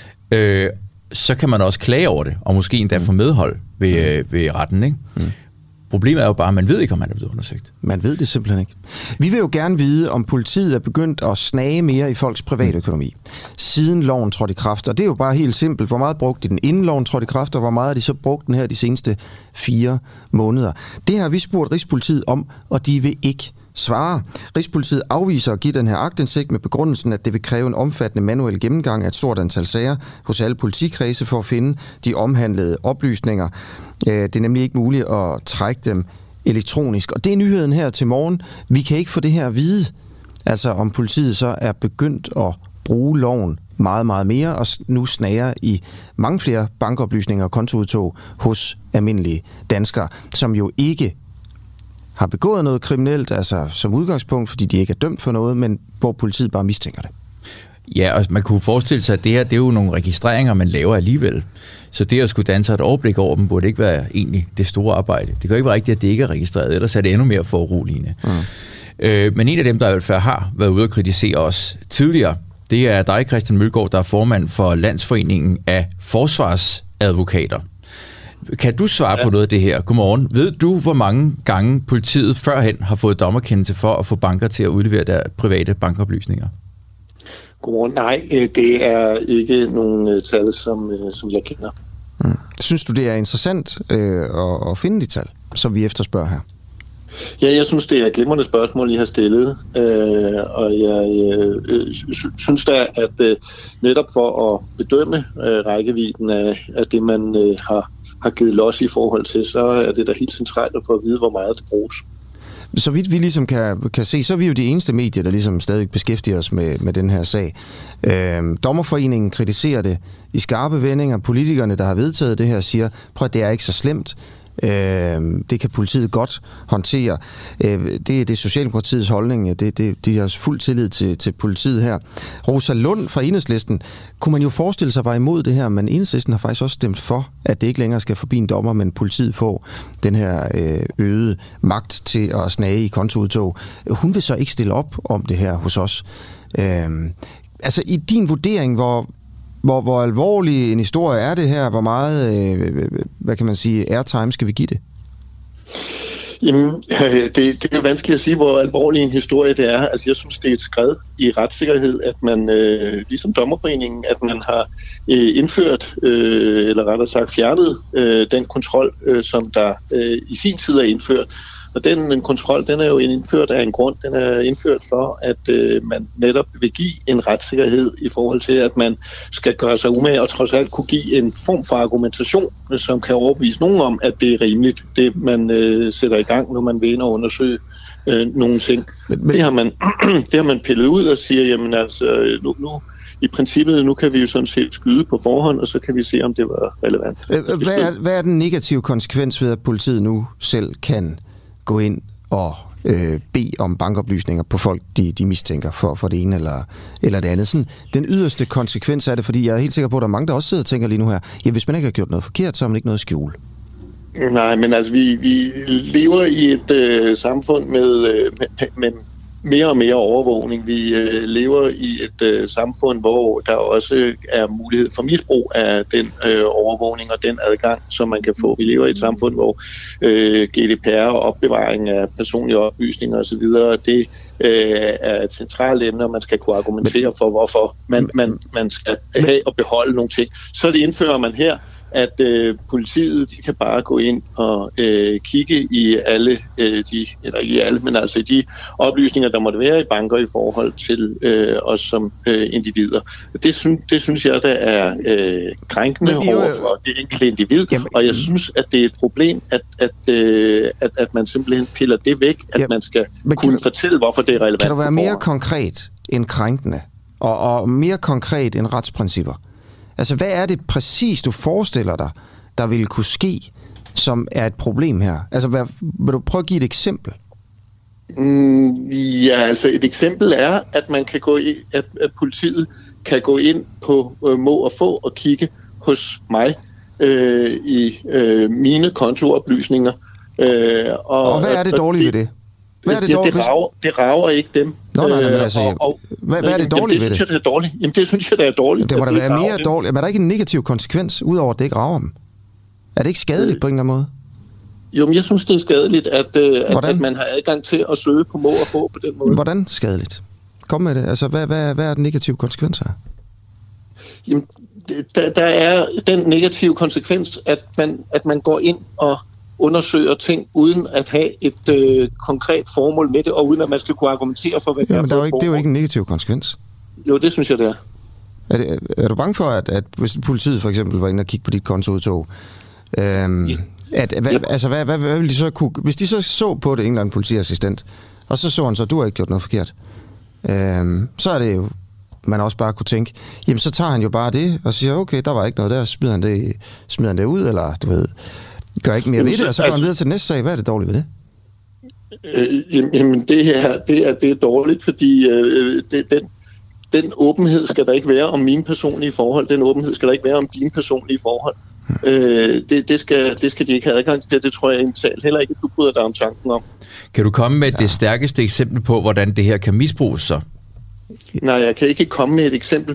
så kan man også klage over det, og måske endda få medhold ved retten. Ikke? Problemet er jo bare, at man ved ikke, om man er blevet undersøgt. Man ved det simpelthen ikke. Vi vil jo gerne vide, om politiet er begyndt at snage mere i folks privatøkonomi, siden loven trådte i kraft. Og det er jo bare helt simpelt. Hvor meget brugte de den inden loven trådte i kraft, og hvor meget har de så brugt den her de seneste 4 måneder? Det har vi spurgt Rigspolitiet om, og de vil ikke svare. Rigspolitiet afviser at give den her aktindsigt med begrundelsen, at det vil kræve en omfattende manuel gennemgang af et stort antal sager hos alle politikredse for at finde de omhandlede oplysninger. Det er nemlig ikke muligt at trække dem elektronisk. Og det er nyheden her til morgen. Vi kan ikke få det her at vide, altså om politiet så er begyndt at bruge loven meget, meget mere, og nu snager i mange flere bankoplysninger og kontoudtog hos almindelige danskere, som jo ikke har begået noget kriminelt, altså som udgangspunkt, fordi de ikke er dømt for noget, men hvor politiet bare mistænker det. Ja, og man kunne forestille sig, at det her, det er jo nogle registreringer, man laver alligevel. Så det at skulle danne sig et overblik over dem, burde ikke være egentlig det store arbejde. Det kan jo ikke være rigtigt, at det ikke er registreret, ellers er det endnu mere foruroligende. Men en af dem, der i hvert fald har været ude at kritisere os tidligere, det er dig, Christian Mølgaard, der er formand for Landsforeningen af Forsvarsadvokater. Kan du svare på noget af det her? Godmorgen. Ved du, hvor mange gange politiet førhen har fået dommerkendelse for at få banker til at udlevere deres private bankoplysninger? Godmorgen. Nej, det er ikke nogen tal, som jeg kender. Synes du, det er interessant at finde de tal, som vi efterspørger her? Ja, jeg synes, det er et glimrende spørgsmål, I har stillet. Og jeg synes da, at netop for at bedømme rækkevidden af det, man har givet los i forhold til, så er det da helt centralt at få at vide, hvor meget det bruges. Så vidt vi ligesom kan se, så er vi jo de eneste medier, der ligesom stadig beskæftiger os med den her sag. Dommerforeningen kritiserer det i skarpe vendinger. Politikerne, der har vedtaget det her, siger, prøv at det er ikke så slemt. Det kan politiet godt håndtere. Det er Socialdemokratiets holdning. De har fuld tillid til politiet her. Rosa Lund fra Enhedslisten, kunne man jo forestille sig var imod det her, men Enhedslisten har faktisk også stemt for, at det ikke længere skal forbi en dommer, men politiet får den her øgede magt til at snage i kontoudtog. Hun vil så ikke stille op om det her hos os. Altså i din vurdering, hvor alvorlig en historie er det her? Hvor meget, hvad kan man sige, airtime skal vi give det? Jamen, det er vanskeligt at sige, hvor alvorlig en historie det er. Altså, jeg synes, det er et skred i retssikkerhed, at man, ligesom Dommerforeningen, at man har indført, eller rettere sagt fjernet, den kontrol, som der i sin tid er indført. Og den kontrol, den er jo indført af en grund. Den er indført for, at man netop vil give en retssikkerhed i forhold til, at man skal gøre sig umage og trods alt kunne give en form for argumentation, som kan overbevise nogen om, at det er rimeligt, det man sætter i gang, når man vil ind og undersøge nogle ting. Det har man pillet ud og siger, jamen altså, nu i princippet, nu kan vi jo sådan set skyde på forhånd, og så kan vi se, om det var relevant. Hvad er den negative konsekvens ved, at politiet nu selv kan gå ind og bede om bankoplysninger på folk, de mistænker for det ene eller det andet? Sådan, den yderste konsekvens er det, fordi jeg er helt sikker på, at der er mange, der også sidder og tænker lige nu her, ja, hvis man ikke har gjort noget forkert, så har man ikke noget at skjule. Nej, men altså, vi lever i et samfund med mere og mere overvågning. Vi lever i et samfund, hvor der også er mulighed for misbrug af den overvågning og den adgang, som man kan få. Vi lever i et samfund, hvor GDPR og opbevaring af personlige oplysninger osv., det er et centralt emne, og man skal kunne argumentere for, hvorfor man skal have og beholde nogle ting. Så det indfører man her, at politiet, de kan bare gå ind og kigge i i de oplysninger, der måtte være i banker i forhold til os som individer. Det synes jeg, der er krænkende over for det enkelte individ, og jeg synes, at det er et problem, at man simpelthen piller det væk, at man skal kunne fortælle, hvorfor det er relevant. Kan du være mere konkret end krænkende, og mere konkret end retsprincipper? Altså, hvad er det præcis, du forestiller dig, der ville kunne ske, som er et problem her? Altså, vil du prøve at give et eksempel? Ja, altså et eksempel er, at man kan gå ind, at politiet kan gå ind på må og få og kigge hos mig i mine kontooplysninger. Og hvad er det dårlige ved det? Hvad er det dårligt? Det rager ikke dem. Men altså, hvad er det dårligt ved det? Jamen, det synes jeg, det er dårligt. Det må da være mere dårligt. Men er der ikke en negativ konsekvens, udover at det ikke rager dem? Er det ikke skadeligt på en eller anden måde? Jo, men jeg synes, det er skadeligt, at man har adgang til at søge på må og få på den måde. Hvordan skadeligt? Kom med det. Altså, hvad er den negative konsekvens her? Jamen, der er den negative konsekvens, at man går ind og undersøger ting, uden at have et konkret formål med det, og uden at man skal kunne argumentere for, hvad det er. Men det er jo ikke en negativ konsekvens. Jo, det synes jeg, det er. Er du bange for, at hvis politiet for eksempel var inde og kigge på dit kontoudtog, hvad ville de så kunne... Hvis de så på det, en eller anden politiassistent, og så han så, du har ikke gjort noget forkert, så er det jo man også bare kunne tænke, jamen så tager han jo bare det, og siger, okay, der var ikke noget der, smider han det ud, eller du ved, gør ikke mere ved det, og så går han videre til næste sag. Hvad er det dårligt ved det? Jamen det her, det er dårligt, fordi den åbenhed skal der ikke være om mine personlige forhold, den åbenhed skal der ikke være om dine personlige forhold. Det skal de ikke have adgang til. Det tror jeg en sal heller ikke, du bryder dig om tanken om. Kan du komme med det stærkeste eksempel på, hvordan det her kan misbruges så? Nej, jeg kan ikke komme med et eksempel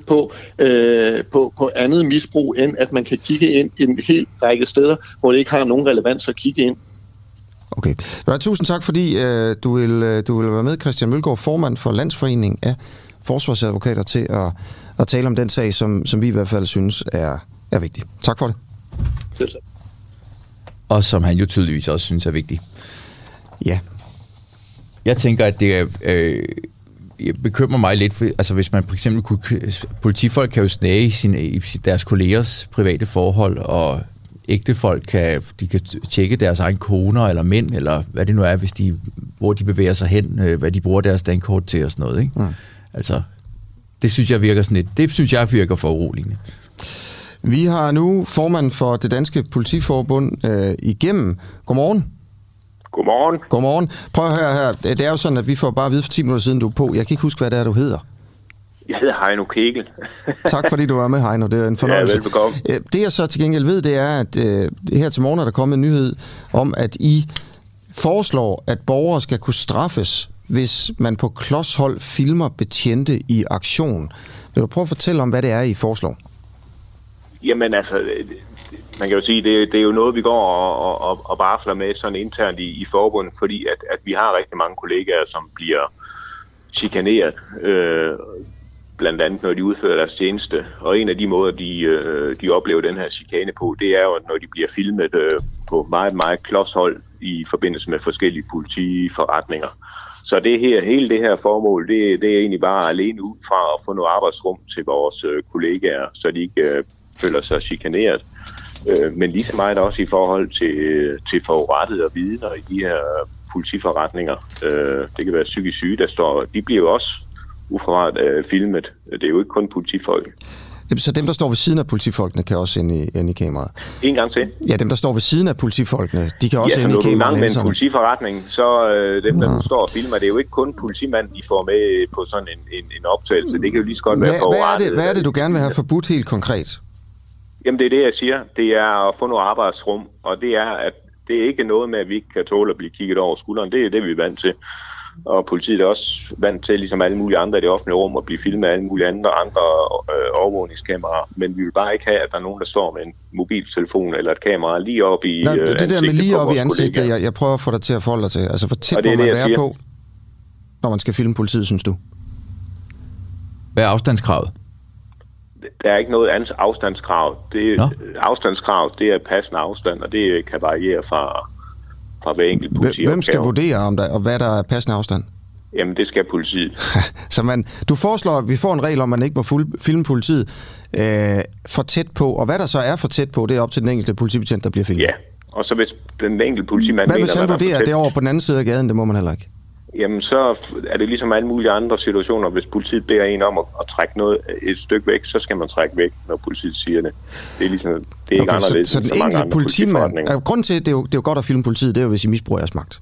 på andet misbrug, end at man kan kigge ind i en hel række steder, hvor det ikke har nogen relevans at kigge ind. Okay. Tusind tak, fordi du vil være med, Christian Mølgaard, formand for Landsforeningen af Forsvarsadvokater, til at tale om den sag, som vi i hvert fald synes er vigtig. Tak for det. Selv tak. Og som han jo tydeligvis også synes er vigtig. Ja. Jeg tænker, at det bekymrer mig lidt, for, altså hvis man for eksempel politifolk kan jo snage i deres kollegers private forhold, og ægtefolk kan tjekke deres egen koner eller mænd, eller hvad det nu er, hvor de bevæger sig hen, hvad de bruger deres dankort til og sådan noget, ikke? Mm. Altså, det synes jeg virker for uroligende. Vi har nu formanden for det danske politiforbund igennem. Godmorgen. Godmorgen. Godmorgen. Prøv at høre her. Det er jo sådan, at vi får bare at vide for 10 minutter siden, du er på. Jeg kan ikke huske, hvad det er, du hedder. Jeg hedder Heino Kegel. Tak fordi du var med, Heino. Det er en fornøjelse. Ja, velbekomme. Det jeg så til gengæld ved, det er, at her til morgen er der kommet en nyhed om, at I foreslår, at borgere skal kunne straffes, hvis man på klodshold filmer betjente i aktion. Vil du prøve at fortælle om, hvad det er, I foreslår? Jamen altså, man kan jo sige, det er jo noget, vi går og barsler med sådan internt i forbundet, fordi at vi har rigtig mange kollegaer, som bliver chikaneret, blandt andet når de udfører deres tjeneste. Og en af de måder, de oplever den her chikane på, det er jo, når de bliver filmet på meget, meget klodshold i forbindelse med forskellige politiforretninger. Så hele det her formål, det er egentlig bare alene ud fra at få noget arbejdsrum til vores kollegaer, så de ikke føler sig chikaneret. Men lige så meget også i forhold til forurettede og vidner i de her politiforretninger. Det kan være psykisk syge, de bliver jo også uforret filmet. Det er jo ikke kun politifolk. Så dem, der står ved siden af politifolkene, kan også ind i kameraet? En gang til. Ja, dem, der står ved siden af politifolkene, de kan også ind i kameraet. Ja, så når du er gang med en politiforretning, så dem, der står og filmer, det er jo ikke kun politimanden, de får med på sådan en optagelse. Det kan jo lige så godt være forurettet. Hvad er det, du gerne vil have forbudt helt konkret? Jamen, det er det, jeg siger. Det er at få noget arbejdsrum, og det er, at det er ikke noget med, at vi ikke kan tåle at blive kigget over skulderen. Det er det, vi er vant til. Og politiet er også vant til, ligesom alle mulige andre i det offentlige rum, at blive filmet af alle mulige andre overvågningskameraer. Men vi vil bare ikke have, at der er nogen, der står med en mobiltelefon eller et kamera lige op i ansigtet. Det der med lige op i ansigtet, jeg prøver at få dig til at forholde dig til. Altså, hvor tæt må man være på, når man skal filme politiet, synes du? Hvad er afstandskravet? Der er ikke noget andet afstandskrav. Afstandskrav, det er passende afstand, og det kan variere fra hver enkelt politiopgave. Hvem skal vurdere, og hvad der er passende afstand? Jamen, det skal politiet. Så du foreslår, at vi får en regel om, at man ikke må filme politiet for tæt på, og hvad der så er for tæt på, det er op til den enkelte politibetjent, der bliver filmet. Ja, og så hvis den enkelte politimand hvad hvis han vurderer, det er over på den anden side af gaden, det må man heller ikke? Jamen, så er det ligesom alle mulige andre situationer. Hvis politiet beder en om at trække noget et stykke væk, så skal man trække væk, når politiet siger det. Det er ligesom, det er ikke anderledes. Så den enkelte politimand, grunden til, det er jo godt at filme politiet, det er jo, hvis I misbruger jeres magt.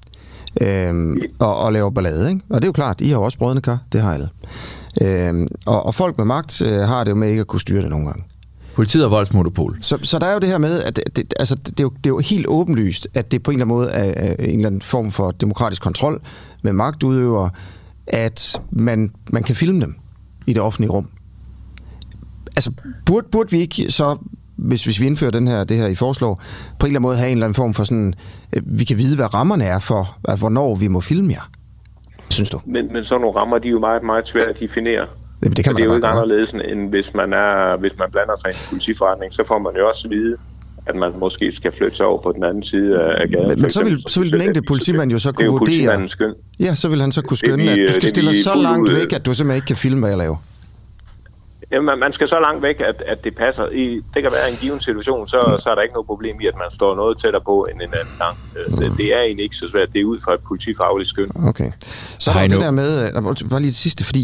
Og laver ballade, ikke? Og det er jo klart, I har jo også brødende kar, det har alle. Og folk med magt har det jo med ikke at kunne styre det nogle gange. Politiet er voldsmonopol. Så der er jo det her med, at det er jo helt åbenlyst, at det på en eller anden måde er en eller anden form for demokratisk kontrol med magtudøvere, at man kan filme dem i det offentlige rum. Altså, burde vi ikke så, hvis vi indfører det her I foreslår, på en eller anden måde have en eller anden form for sådan, vi kan vide, hvad rammerne er for, hvornår vi må filme jer, synes du? Men sådan nogle rammer, de er jo meget, meget svære at definere. Jamen, det er jo ikke anderledes, end hvis man blander sig i en politiforretning, så får man jo også at vide, at man måske skal flytte sig over på den anden side af gaden. Men så vil den enkelte politimand jo så kunne vurdere... Ja, så vil han så kunne skønne, at du skal stille dig så langt væk, at du simpelthen ikke kan filme, hvad jeg laver. Jamen, man skal så langt væk, at det passer. Det kan være en given situation, så er der ikke noget problem i, at man står noget tættere på end en anden gang. Det er egentlig ikke så svært. Det er ud fra et politifagligt skøn. Okay. Så er der det der med... Bare lige det sidste, fordi...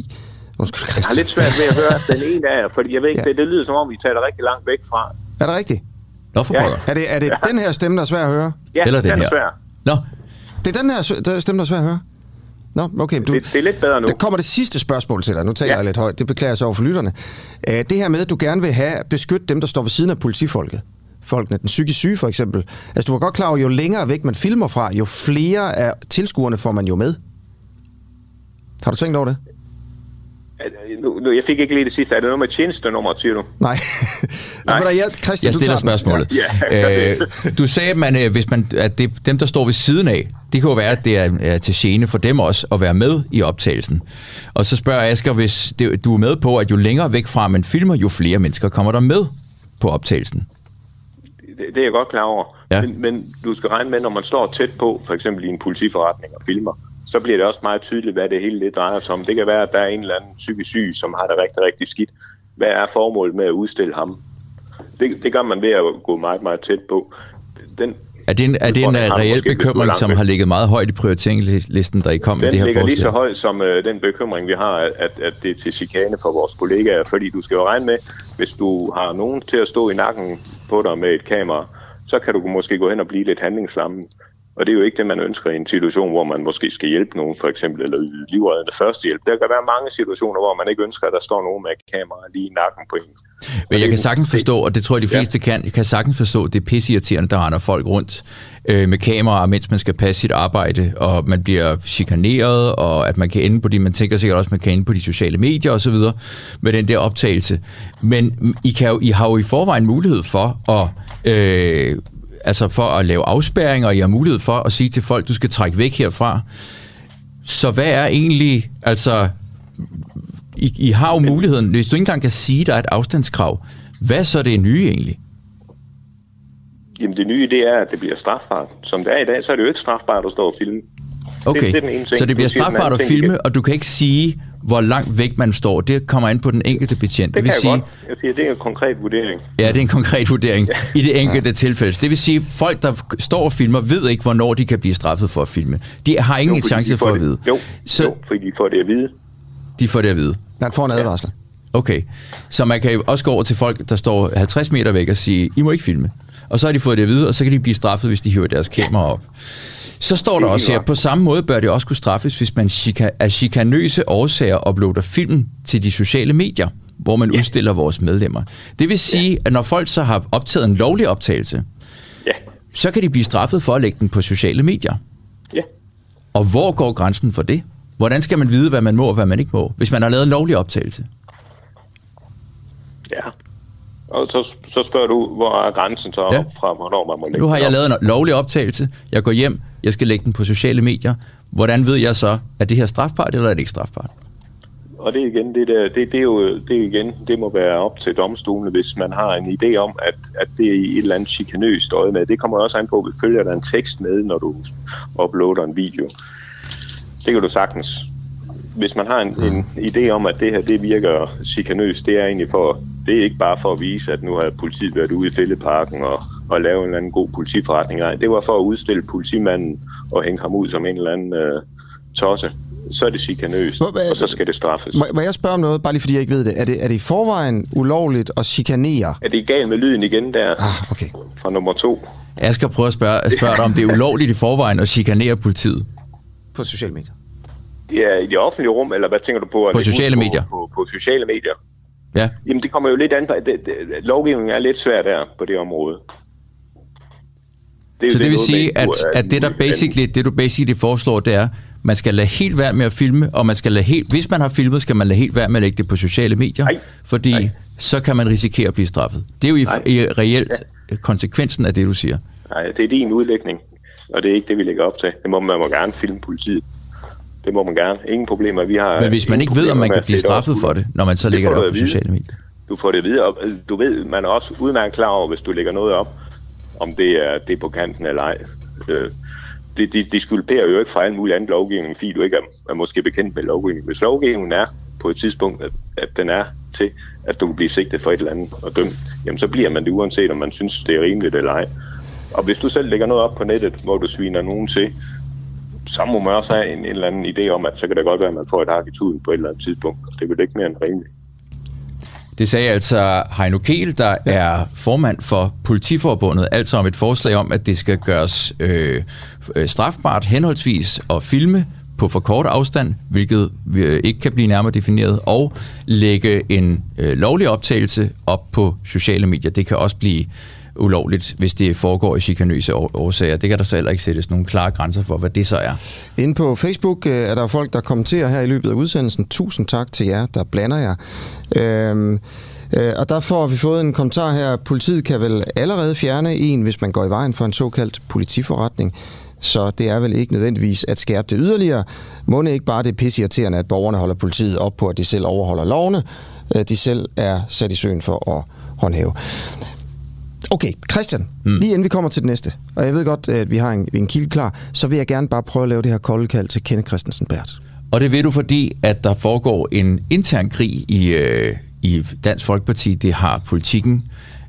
Undskyld, jeg har lidt svært ved at høre den ene af jer, fordi jeg ved ikke, det lyder som om, I taler rigtig langt væk fra. Er det rigtigt? Nå, for pokker. Er det den her stemme, der er svær at høre? Ja, eller den er her? Svær. Nå. Det er den her stemme, der er svær at høre? Nå, okay. Det er lidt bedre nu. Der kommer det sidste spørgsmål til dig. Nu taler jeg lidt højt. Det beklager jeg så over for lytterne. Det her med, at du gerne vil beskytte dem, der står ved siden af politifolkene, den psykisk syge for eksempel. Altså, du var godt klar over, jo længere væk man filmer fra, jo flere af tilskuerne får man jo med. Har du tænkt over det? Jeg fik ikke lige det sidste. Er det noget med tjenestenummer, siger du? Nej. Jeg stiller spørgsmålet. Ja. Du sagde, at dem, der står ved siden af, det kan jo være, at det er til gene for dem også at være med i optagelsen. Og så spørger Asger, hvis du er med på, at jo længere væk fra man filmer, jo flere mennesker kommer der med på optagelsen. Det er jeg godt klar over. Ja. Men du skal regne med, når man står tæt på, for eksempel i en politiforretning og filmer, så bliver det også meget tydeligt, hvad det hele det drejer sig om. Det kan være, at der er en eller anden psykisk syg, som har det rigtig, rigtig skidt. Hvad er formålet med at udstille ham? Det gør man ved at gå meget, meget tæt på. Er det en reel bekymring, som har ligget meget højt i prioriteringslisten, der I kom med det her forslag? Den ligger lige så højt som den bekymring, vi har, at det er til chikane for vores kollegaer. Fordi du skal jo regne med, hvis du har nogen til at stå i nakken på dig med et kamera, så kan du måske gå hen og blive lidt handlingslammet. Og det er jo ikke det, man ønsker i en situation, hvor man måske skal hjælpe nogen, for eksempel, eller livreddende førstehjælp. Der kan være mange situationer, hvor man ikke ønsker, at der står nogen med et kamera lige i nakken på en. Men jeg kan sagtens forstå, og det tror jeg, de fleste kan, jeg kan sagtens forstå, det er pisseirriterende, der render folk rundt med kameraer, mens man skal passe sit arbejde, og man bliver chikaneret, og at man kan ende på det, man tænker sikkert også, at man kan ende på de sociale medier osv. med den der optagelse. Men I har jo i forvejen mulighed for for at lave afspærringer, og I har mulighed for at sige til folk, du skal trække væk herfra. Så hvad er egentlig, I har jo muligheden, hvis du ikke engang kan sige, der er et afstandskrav, hvad så det nye egentlig? Jamen det nye, det er, at det bliver strafbart. Som det er i dag, så er det jo ikke strafbart at stå og filme. Okay, det er den ene ting. Så det bliver strafbart at filme, og du kan ikke sige, hvor langt væk man står. Det kommer an på den enkelte betjent. Det vil sige, godt. Jeg siger, det er en konkret vurdering. Ja, det er en konkret vurdering i det enkelte tilfælde. Det vil sige, folk, der står og filmer, ved ikke, hvornår de kan blive straffet for at filme. De har ingen chance for at vide. Jo, fordi de får det at vide. De får det at vide? Man får en advarsel. Okay, så man kan jo også gå over til folk, der står 50 meter væk og sige, I må ikke filme. Og så har de fået det at vide, og så kan de blive straffet, hvis de hiver deres kamera op. Så står der også her, på samme måde bør det også kunne straffes, hvis man af chikanøse årsager uploader film til de sociale medier, hvor man udstiller vores medlemmer. Det vil sige, at når folk så har optaget en lovlig optagelse, så kan de blive straffet for at lægge den på sociale medier. Ja. Og hvor går grænsen for det? Hvordan skal man vide, hvad man må og hvad man ikke må, hvis man har lavet en lovlig optagelse? Ja. Og så spørger du, hvor er grænsen så fra, hvornår man må lægge. Nu har jeg lavet en lovlig optagelse. Jeg går hjem. Jeg skal lægge den på sociale medier. Hvordan ved jeg så, at det her strafbart, eller er det ikke strafbart? Og det igen, det må være op til domstolene, hvis man har en idé om, at det er i et eller andet chikanøst øje med. Det kommer også an på, at vi følger der en tekst med, når du uploader en video. Det kan du sagtens. Hvis man har en idé om, at det her det virker chikanøst, det er egentlig det er ikke bare for at vise, at nu har politiet været ude i Fælledparken og lave en eller anden god politiforretning. Nej, det var for at udstille politimanden og hænge ham ud som en eller anden tosse. Så er det chikanøst, og så skal det straffes. Må jeg spørge om noget, bare lige fordi jeg ikke ved det? Er det i forvejen ulovligt at chikanere? Er det galt med lyden igen der? Okay. Fra nummer 2. Jeg skal prøve at spørge dig, om det er ulovligt i forvejen at chikanere politiet. På sociale medier? Ja, i det offentlige rum, eller hvad tænker du på? På sociale medier. På sociale medier. Ja. Jamen, det kommer jo lidt an på, lovgivningen er lidt svær der på det område. Så det vil sige, at det du basically foreslår, det er, man skal lade helt være med at filme, og man skal hvis man har filmet, skal man lade helt være med at lægge det på sociale medier, fordi så kan man risikere at blive straffet. Det er jo i reelt konsekvensen af det, du siger. Nej, det er din udlægning, og det er ikke det, vi lægger op til. Man må gerne filme politiet. Det må man gerne. Ingen problemer. Vi har. Men hvis man ikke ved, om man kan blive straffet for det, når man så lægger det op på sociale medier? Du får det at vide. Du ved, man er også udmærket klar over, hvis du lægger noget op, om det er på kanten eller ej. De skulperer jo ikke fra alle mulige andre lovgivning, fordi du ikke er måske bekendt med lovgivningen. Hvis lovgivningen er på et tidspunkt, at den er til, at du kan blive sigtet for et eller andet og dømt, jamen så bliver man det uanset, om man synes, det er rimeligt eller ej. Og hvis du selv lægger noget op på nettet, hvor du sviner nogen til, så må man også have en eller anden idé om, at så kan det godt være, at man får et hak i tuden på et eller andet tidspunkt. Det vil ikke mere end rimeligt. Det sagde altså Heino Keel, der er formand for Politiforbundet, altså om et forslag om, at det skal gøres strafbart henholdsvis at filme på for kort afstand, hvilket ikke kan blive nærmere defineret, og lægge en lovlig optagelse op på sociale medier. Det kan også blive ulovligt, hvis det foregår i chikanøse årsager. Det kan der så heller ikke sættes nogle klare grænser for, hvad det så er. Inde på Facebook er der folk, der kommenterer her i løbet af udsendelsen. Tusind tak til jer, der blander jer. Og der får vi fået en kommentar her. Politiet kan vel allerede fjerne en, hvis man går i vejen for en såkaldt politiforretning. Så det er vel ikke nødvendigvis at skærpe det yderligere. Må det ikke bare det pisseirriterende, at borgerne holder politiet op på, at de selv overholder lovene. De selv er sat i søen for at håndhæve. Okay, Christian, lige inden vi kommer til det næste, og jeg ved godt, at vi har en kilde klar, så vil jeg gerne bare prøve at lave det her kolde kald til Kenneth Kristensen Berth. Og det ved du, fordi at der foregår en intern krig i Dansk Folkeparti. Det har Politikken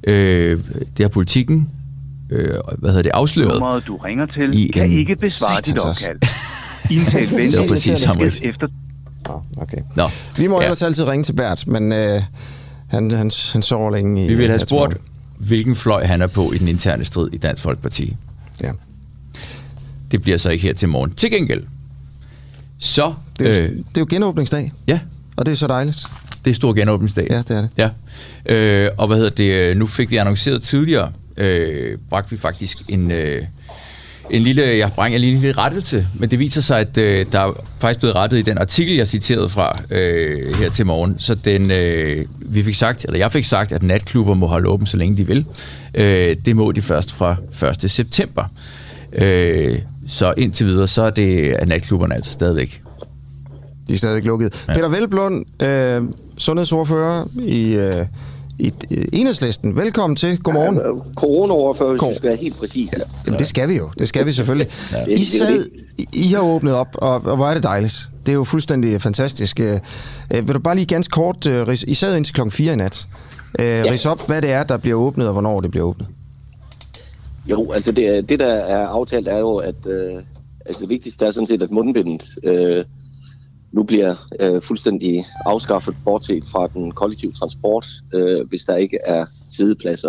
afsløret. Nummeret, du ringer til, kan ikke besvare dit opkald. Indtal venligst efter... Okay. Nå. Vi må ellers altid ringe til Berth, men han sover længe i... Vi vil have spurgt, hvilken fløj han er på i den interne strid i Dansk Folkeparti. Ja. Det bliver så ikke her til morgen. Til gengæld, så... Det er jo genåbningsdag. Ja. Og det er så dejligt. Det er stor genåbningsdag. Ja, det er det. Ja. Og hvad hedder det? Nu fik vi annonceret tidligere, bragte vi faktisk en lille rettelse, men det viser sig, at der er faktisk blevet rettet i den artikel, jeg citerede fra her til morgen. Så jeg fik sagt, at natklubber må holde åben, så længe de vil. Det må de først fra 1. september. Så indtil videre, så er natklubberne altså stadigvæk. De er stadigvæk lukket. Ja. Peter Hvelplund, sundhedsordfører i Enhedslisten. Velkommen til. Godmorgen. Ja, corona-ordfører, hvis vi skal være helt præcis. Ja, jamen, det skal vi jo. Det skal vi selvfølgelig. Ja. I har åbnet op, og hvor er det dejligt. Det er jo fuldstændig fantastisk. Vil du bare lige ganske kort... I sad indtil klokken 4 i nat. Rids op, hvad det er, der bliver åbnet, og hvornår det bliver åbnet. Jo, altså det der er aftalt, er jo, at det vigtigste er sådan set, at mundbindet nu bliver fuldstændig afskaffet, bortset fra den kollektive transport, hvis der ikke er sidepladser.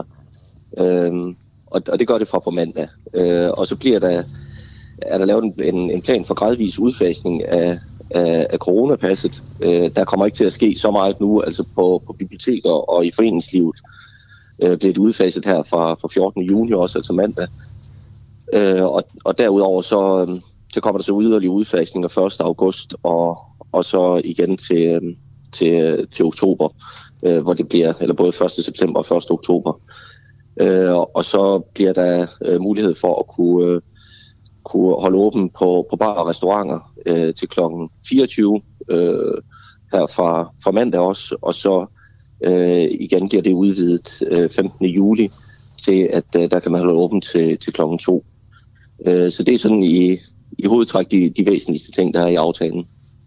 Og det gør det fra på mandag. Og så er der lavet en plan for gradvis udfasning af coronapasset. Der kommer ikke til at ske så meget nu, altså på biblioteker og i foreningslivet bliver det udfaset her fra 14. juni også, altså mandag. Og derudover så kommer der så yderligere udfasning af 1. august og så igen til oktober, hvor det bliver, eller både 1. september og 1. oktober. Og så bliver der mulighed for at kunne holde åben på bar og restauranter til klokken 24 her fra mandag også, og så igen bliver det udvidet 15. juli til, at der kan man holde åben til klokken 2. Så det er sådan i hovedtræk de væsentligste ting, der er i aftalen.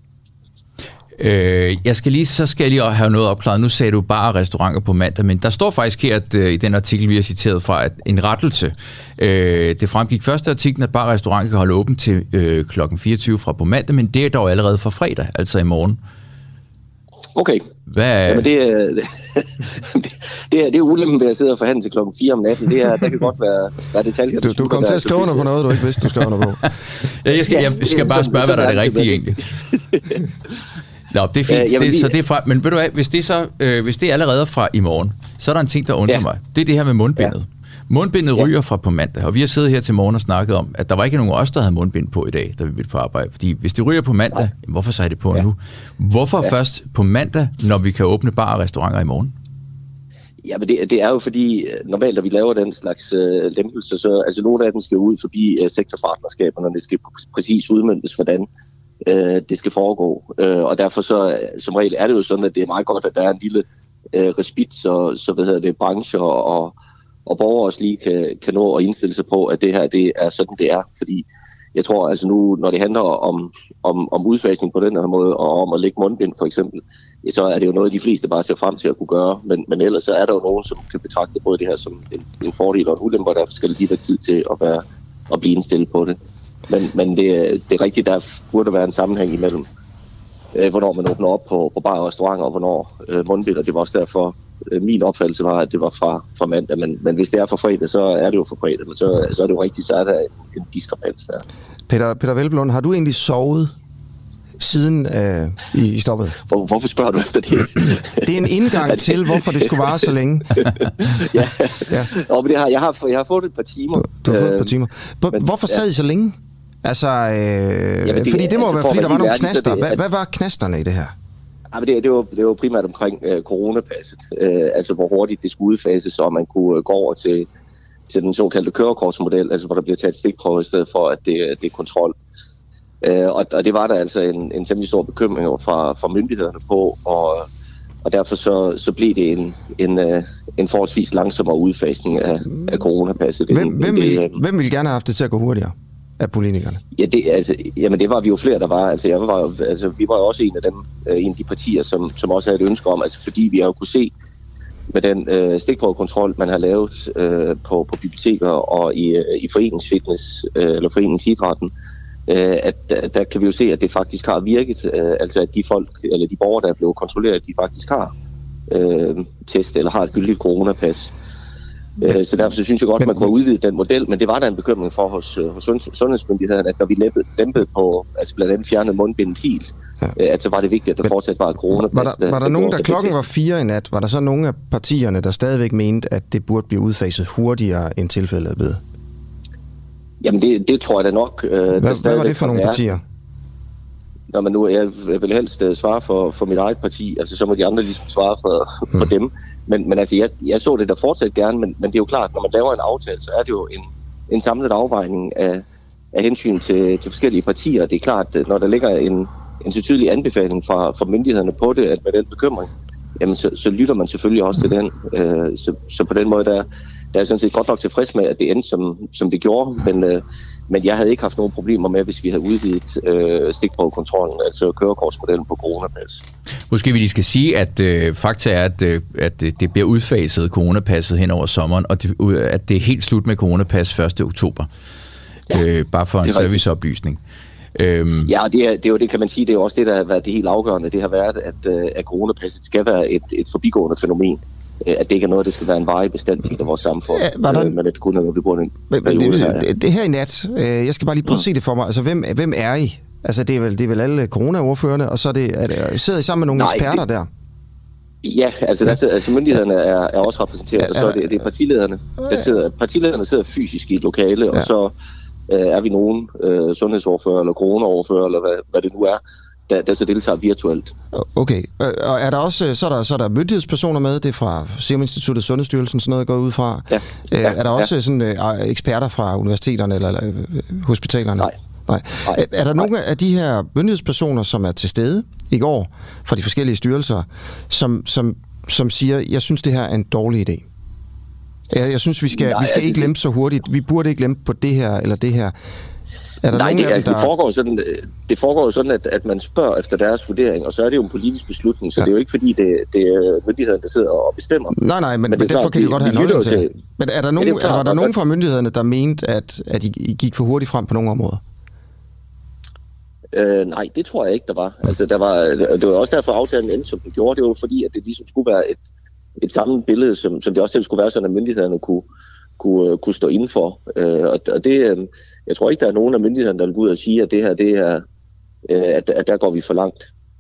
Jeg skal lige have noget opklaret. Nu sagde du bare restauranter på mandag, men der står faktisk her, at i den artikel, vi har citeret fra, at en rettelse. Det fremgik først i artiklen, at bare restauranter kan holde åben til klokken 24 fra på mandag, men det er dog allerede fra fredag, altså i morgen. Okay. Jamen det er ulempen ved at sidde og forhandle til klokken 4 om natten. Der kan godt være detaljer. Du kom til at skrive under på noget, du ikke vidste, du skrev under på. Jeg skal bare spørge, hvad der er det rigtige egentlig. Nå, det er fint. Så det er fra, men ved du hvad, hvis det er allerede fra i morgen, så er der en ting, der undrer mig. Det er det her med mundbindet. Ja. Mundbindet ryger fra på mandag, og vi har siddet her til morgen og snakket om, at der var ikke nogen af os, der havde mundbind på i dag, da vi ville på arbejde. Fordi hvis det ryger på mandag, hvorfor så er det på nu? Hvorfor først på mandag, når vi kan åbne bar og restauranter i morgen? Ja, men det er jo fordi, normalt når vi laver den slags lempelser, så altså nogle af dem skal ud forbi sektorpartnerskaberne, og det skal præcis udmøntes, hvordan det skal foregå. Og derfor så, som regel er det jo sådan, at det er meget godt, at der er en lille respit, så brancher og borgere også lige kan nå at indstille sig på, at det her, det er sådan, det er. Fordi jeg tror, altså nu, når det handler om udfasning på den her måde, og om at lægge mundbind for eksempel, så er det jo noget, de fleste bare ser frem til at kunne gøre. Men ellers så er der jo nogen, som kan betragte både det her som en fordel og en ulempe, og derfor skal det lige være tid til at blive indstillet på det. Men det er rigtigt, der burde være en sammenhæng imellem, hvornår man åbner op på bar og restauranter, og hvornår mundbind, og det var også derfor, min opfattelse var, at det var fra mandag, men hvis det er fra fredag, så er det jo fra fredag, men så er det jo rigtigt, så er der en diskrepans der. Peter Hvelplund, har du egentlig sovet siden I stoppede? Hvorfor spørger du efter det? Det er en indgang til, hvorfor det skulle vare så længe. ja. Men det har, jeg har fået et par timer. Du har fået et par timer. Hvorfor sad I så længe? Altså, fordi det må være, fordi der var nogle knaster. Hvad var knasterne i det her? Ja, men det var primært omkring coronapasset. Altså, hvor hurtigt det skulle udfases, så man kunne gå over til den såkaldte kørekortsmodel, altså hvor der bliver taget stikprøver i stedet for, at det er kontrol. Og det var der altså en temmelig stor bekymring fra myndighederne på, og derfor så blev det en forholdsvis langsommere udfasning af coronapasset. Hvem ville gerne have haft det til at gå hurtigere af politikerne? Ja, det var vi jo flere, der var. Vi var jo også en af de partier, som også havde et ønske om, altså fordi vi har jo kunne se med den stikprøvekontrol, man har lavet på biblioteker og i foreningsfitness eller foreningsidrætten, at der kan vi jo se, at det faktisk har virket. Altså at de folk, eller de borgere, der er blevet kontrolleret, de faktisk har test eller har et gyldigt coronapas. Så derfor synes jeg godt, at man kunne udvide den model, men det var der en bekymring for hos sundhedsmyndighederne, at når vi lempede på, altså blandt andet fjernede mundbindet helt, at så var det vigtigt, at der fortsat var et coronapas. Var der nogen, der klokken var 4 i nat, var der så nogle af partierne, der stadigvæk mente, at det burde blive udfaset hurtigere, end tilfældet er blevet? Jamen det tror jeg da nok. Hvad var det for nogle partier? Nå, men nu jeg vil helst svare for mit eget parti, altså så må de andre ligesom svare for dem. Men altså jeg så det der fortsat gerne, men det er jo klart, når man laver en aftale, så er det jo en samlet afvejning af hensyn til forskellige partier. Det er klart, at når der ligger en så tydelig anbefaling fra myndighederne på det, at med den bekymring, jamen så lytter man selvfølgelig også til den. Så på den måde, der er jeg sådan set godt nok tilfreds med, at det endte som det gjorde, men jeg havde ikke haft nogen problemer med, hvis vi havde udvidet stikprøvekontrollen, altså kørekortsmodellen på coronapas. Måske vi lige skal sige, at fakta er, at det bliver udfaset coronapasset hen over sommeren, og at det er helt slut med coronapas 1. oktober. Ja, bare for en serviceoplysning. Ja, det er jo det, kan man sige, det er jo også det, der har været det helt afgørende. Det har været, at coronapasset skal være et forbigående fænomen. At det ikke er noget, der skal være en varig bestanddel af vores samfund, men at kun er noget, vi bruger en periode her. Det her i nat, jeg skal bare lige prøve at se det for mig. Altså, hvem er I? Altså, det er vel alle corona-ordførerne, og så sidder I sammen med nogle eksperter der? Ja, altså myndighederne er også repræsenteret, og så er det partilederne. Partilederne sidder fysisk i et lokale, og så er vi nogen sundhedsordfører eller coronaordfører, eller hvad det nu er, der så deltager virtuelt. Okay, og er der også, så er der myndighedspersoner med, det er fra Serum Instituttet, Sundhedsstyrelsen, sådan noget går ud fra. Ja. Er der også sådan eksperter fra universiteterne eller hospitalerne? Nej. Er der nogle af de her myndighedspersoner, som er til stede i går fra de forskellige styrelser, som siger, jeg synes, det her er en dårlig idé? Jeg synes, vi skal ikke lempe så hurtigt. Vi burde ikke lempe på det her eller det her. Det foregår jo sådan, at man spørger efter deres vurdering, og så er det jo en politisk beslutning, så det er jo ikke fordi, det er myndighederne, der sidder og bestemmer. Nej, men derfor kan de godt have en holdning til det. Men var der nogen fra myndighederne, der mente, at I gik for hurtigt frem på nogle områder? Nej, det tror jeg ikke, der var. Altså, det var også derfor, aftalen endte, som den gjorde. Det var fordi, at det ligesom skulle være et samlet billede, som det også selv skulle være, sådan at myndighederne kunne stå indenfor. Og det, jeg tror ikke, der er nogen af myndighederne, der vil gå ud og sige, at det her, det er, at der går vi for langt.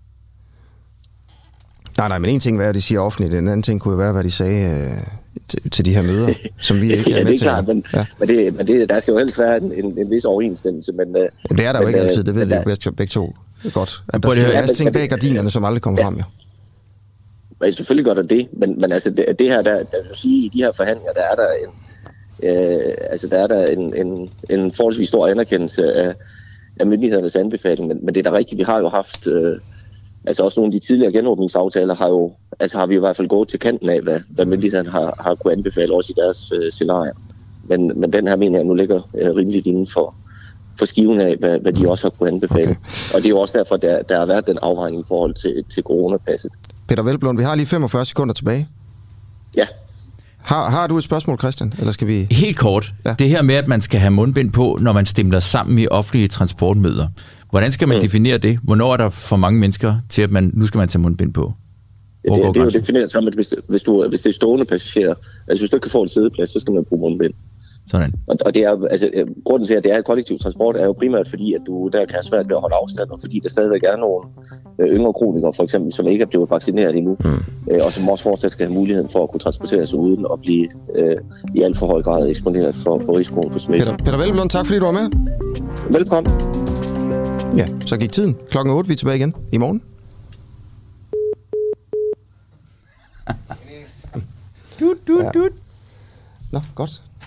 Nej, men en ting er, at de siger offentligt, en anden ting kunne jo være, hvad de sagde til de her møder, som vi ikke er med til. Klart, men der skal jo helst være en vis overensstemmelse. Men det er der jo ikke altid, det ved vi begge to godt. At der skal være ting bag gardinerne, som aldrig kommer frem, jo. Men selvfølgelig godt er det, men altså det her, der vil sige, i de her forhandlinger, der er der en forholdsvis stor anerkendelse af myndighedernes anbefaling, men det er da rigtigt, vi har jo haft, altså også nogle af de tidligere genåbningsaftaler har vi i hvert fald gået til kanten af, hvad myndighederne har kunne anbefale også i deres scenarier. Men den her mener jeg nu ligger rimeligt inden for skiven af, hvad de også har kunne anbefale. Okay. Og det er jo også derfor, der har været den afvejning i forhold til coronapasset. Peter Hvelplund, vi har lige 45 sekunder tilbage. Ja. Har du et spørgsmål, Christian? Eller skal vi... Helt kort. Ja. Det her med, at man skal have mundbind på, når man stimler sammen i offentlige transportmøder. Hvordan skal man definere det? Hvornår er der for mange mennesker til, at nu skal man tage mundbind på? Det er jo defineret som, at hvis det er stående passagerer, altså hvis du ikke kan få en sædeplads, så skal man bruge mundbind. Sådan. Og det er, altså, grunden til, at det er kollektiv transport, er jo primært fordi, at du der kan have svært ved at holde afstand, og fordi der stadigvæk er nogle yngre kronikere, for eksempel, som ikke er blevet vaccineret endnu, og som også fortsat skal have muligheden for at kunne transportere sig uden at blive i alt for høj grad eksponeret for risikoen for smitte. Peter Hvelplund, tak fordi du var med. Velkommen. Ja, så gik tiden. 8:00, vi er tilbage igen i morgen. Dut. Nå, godt.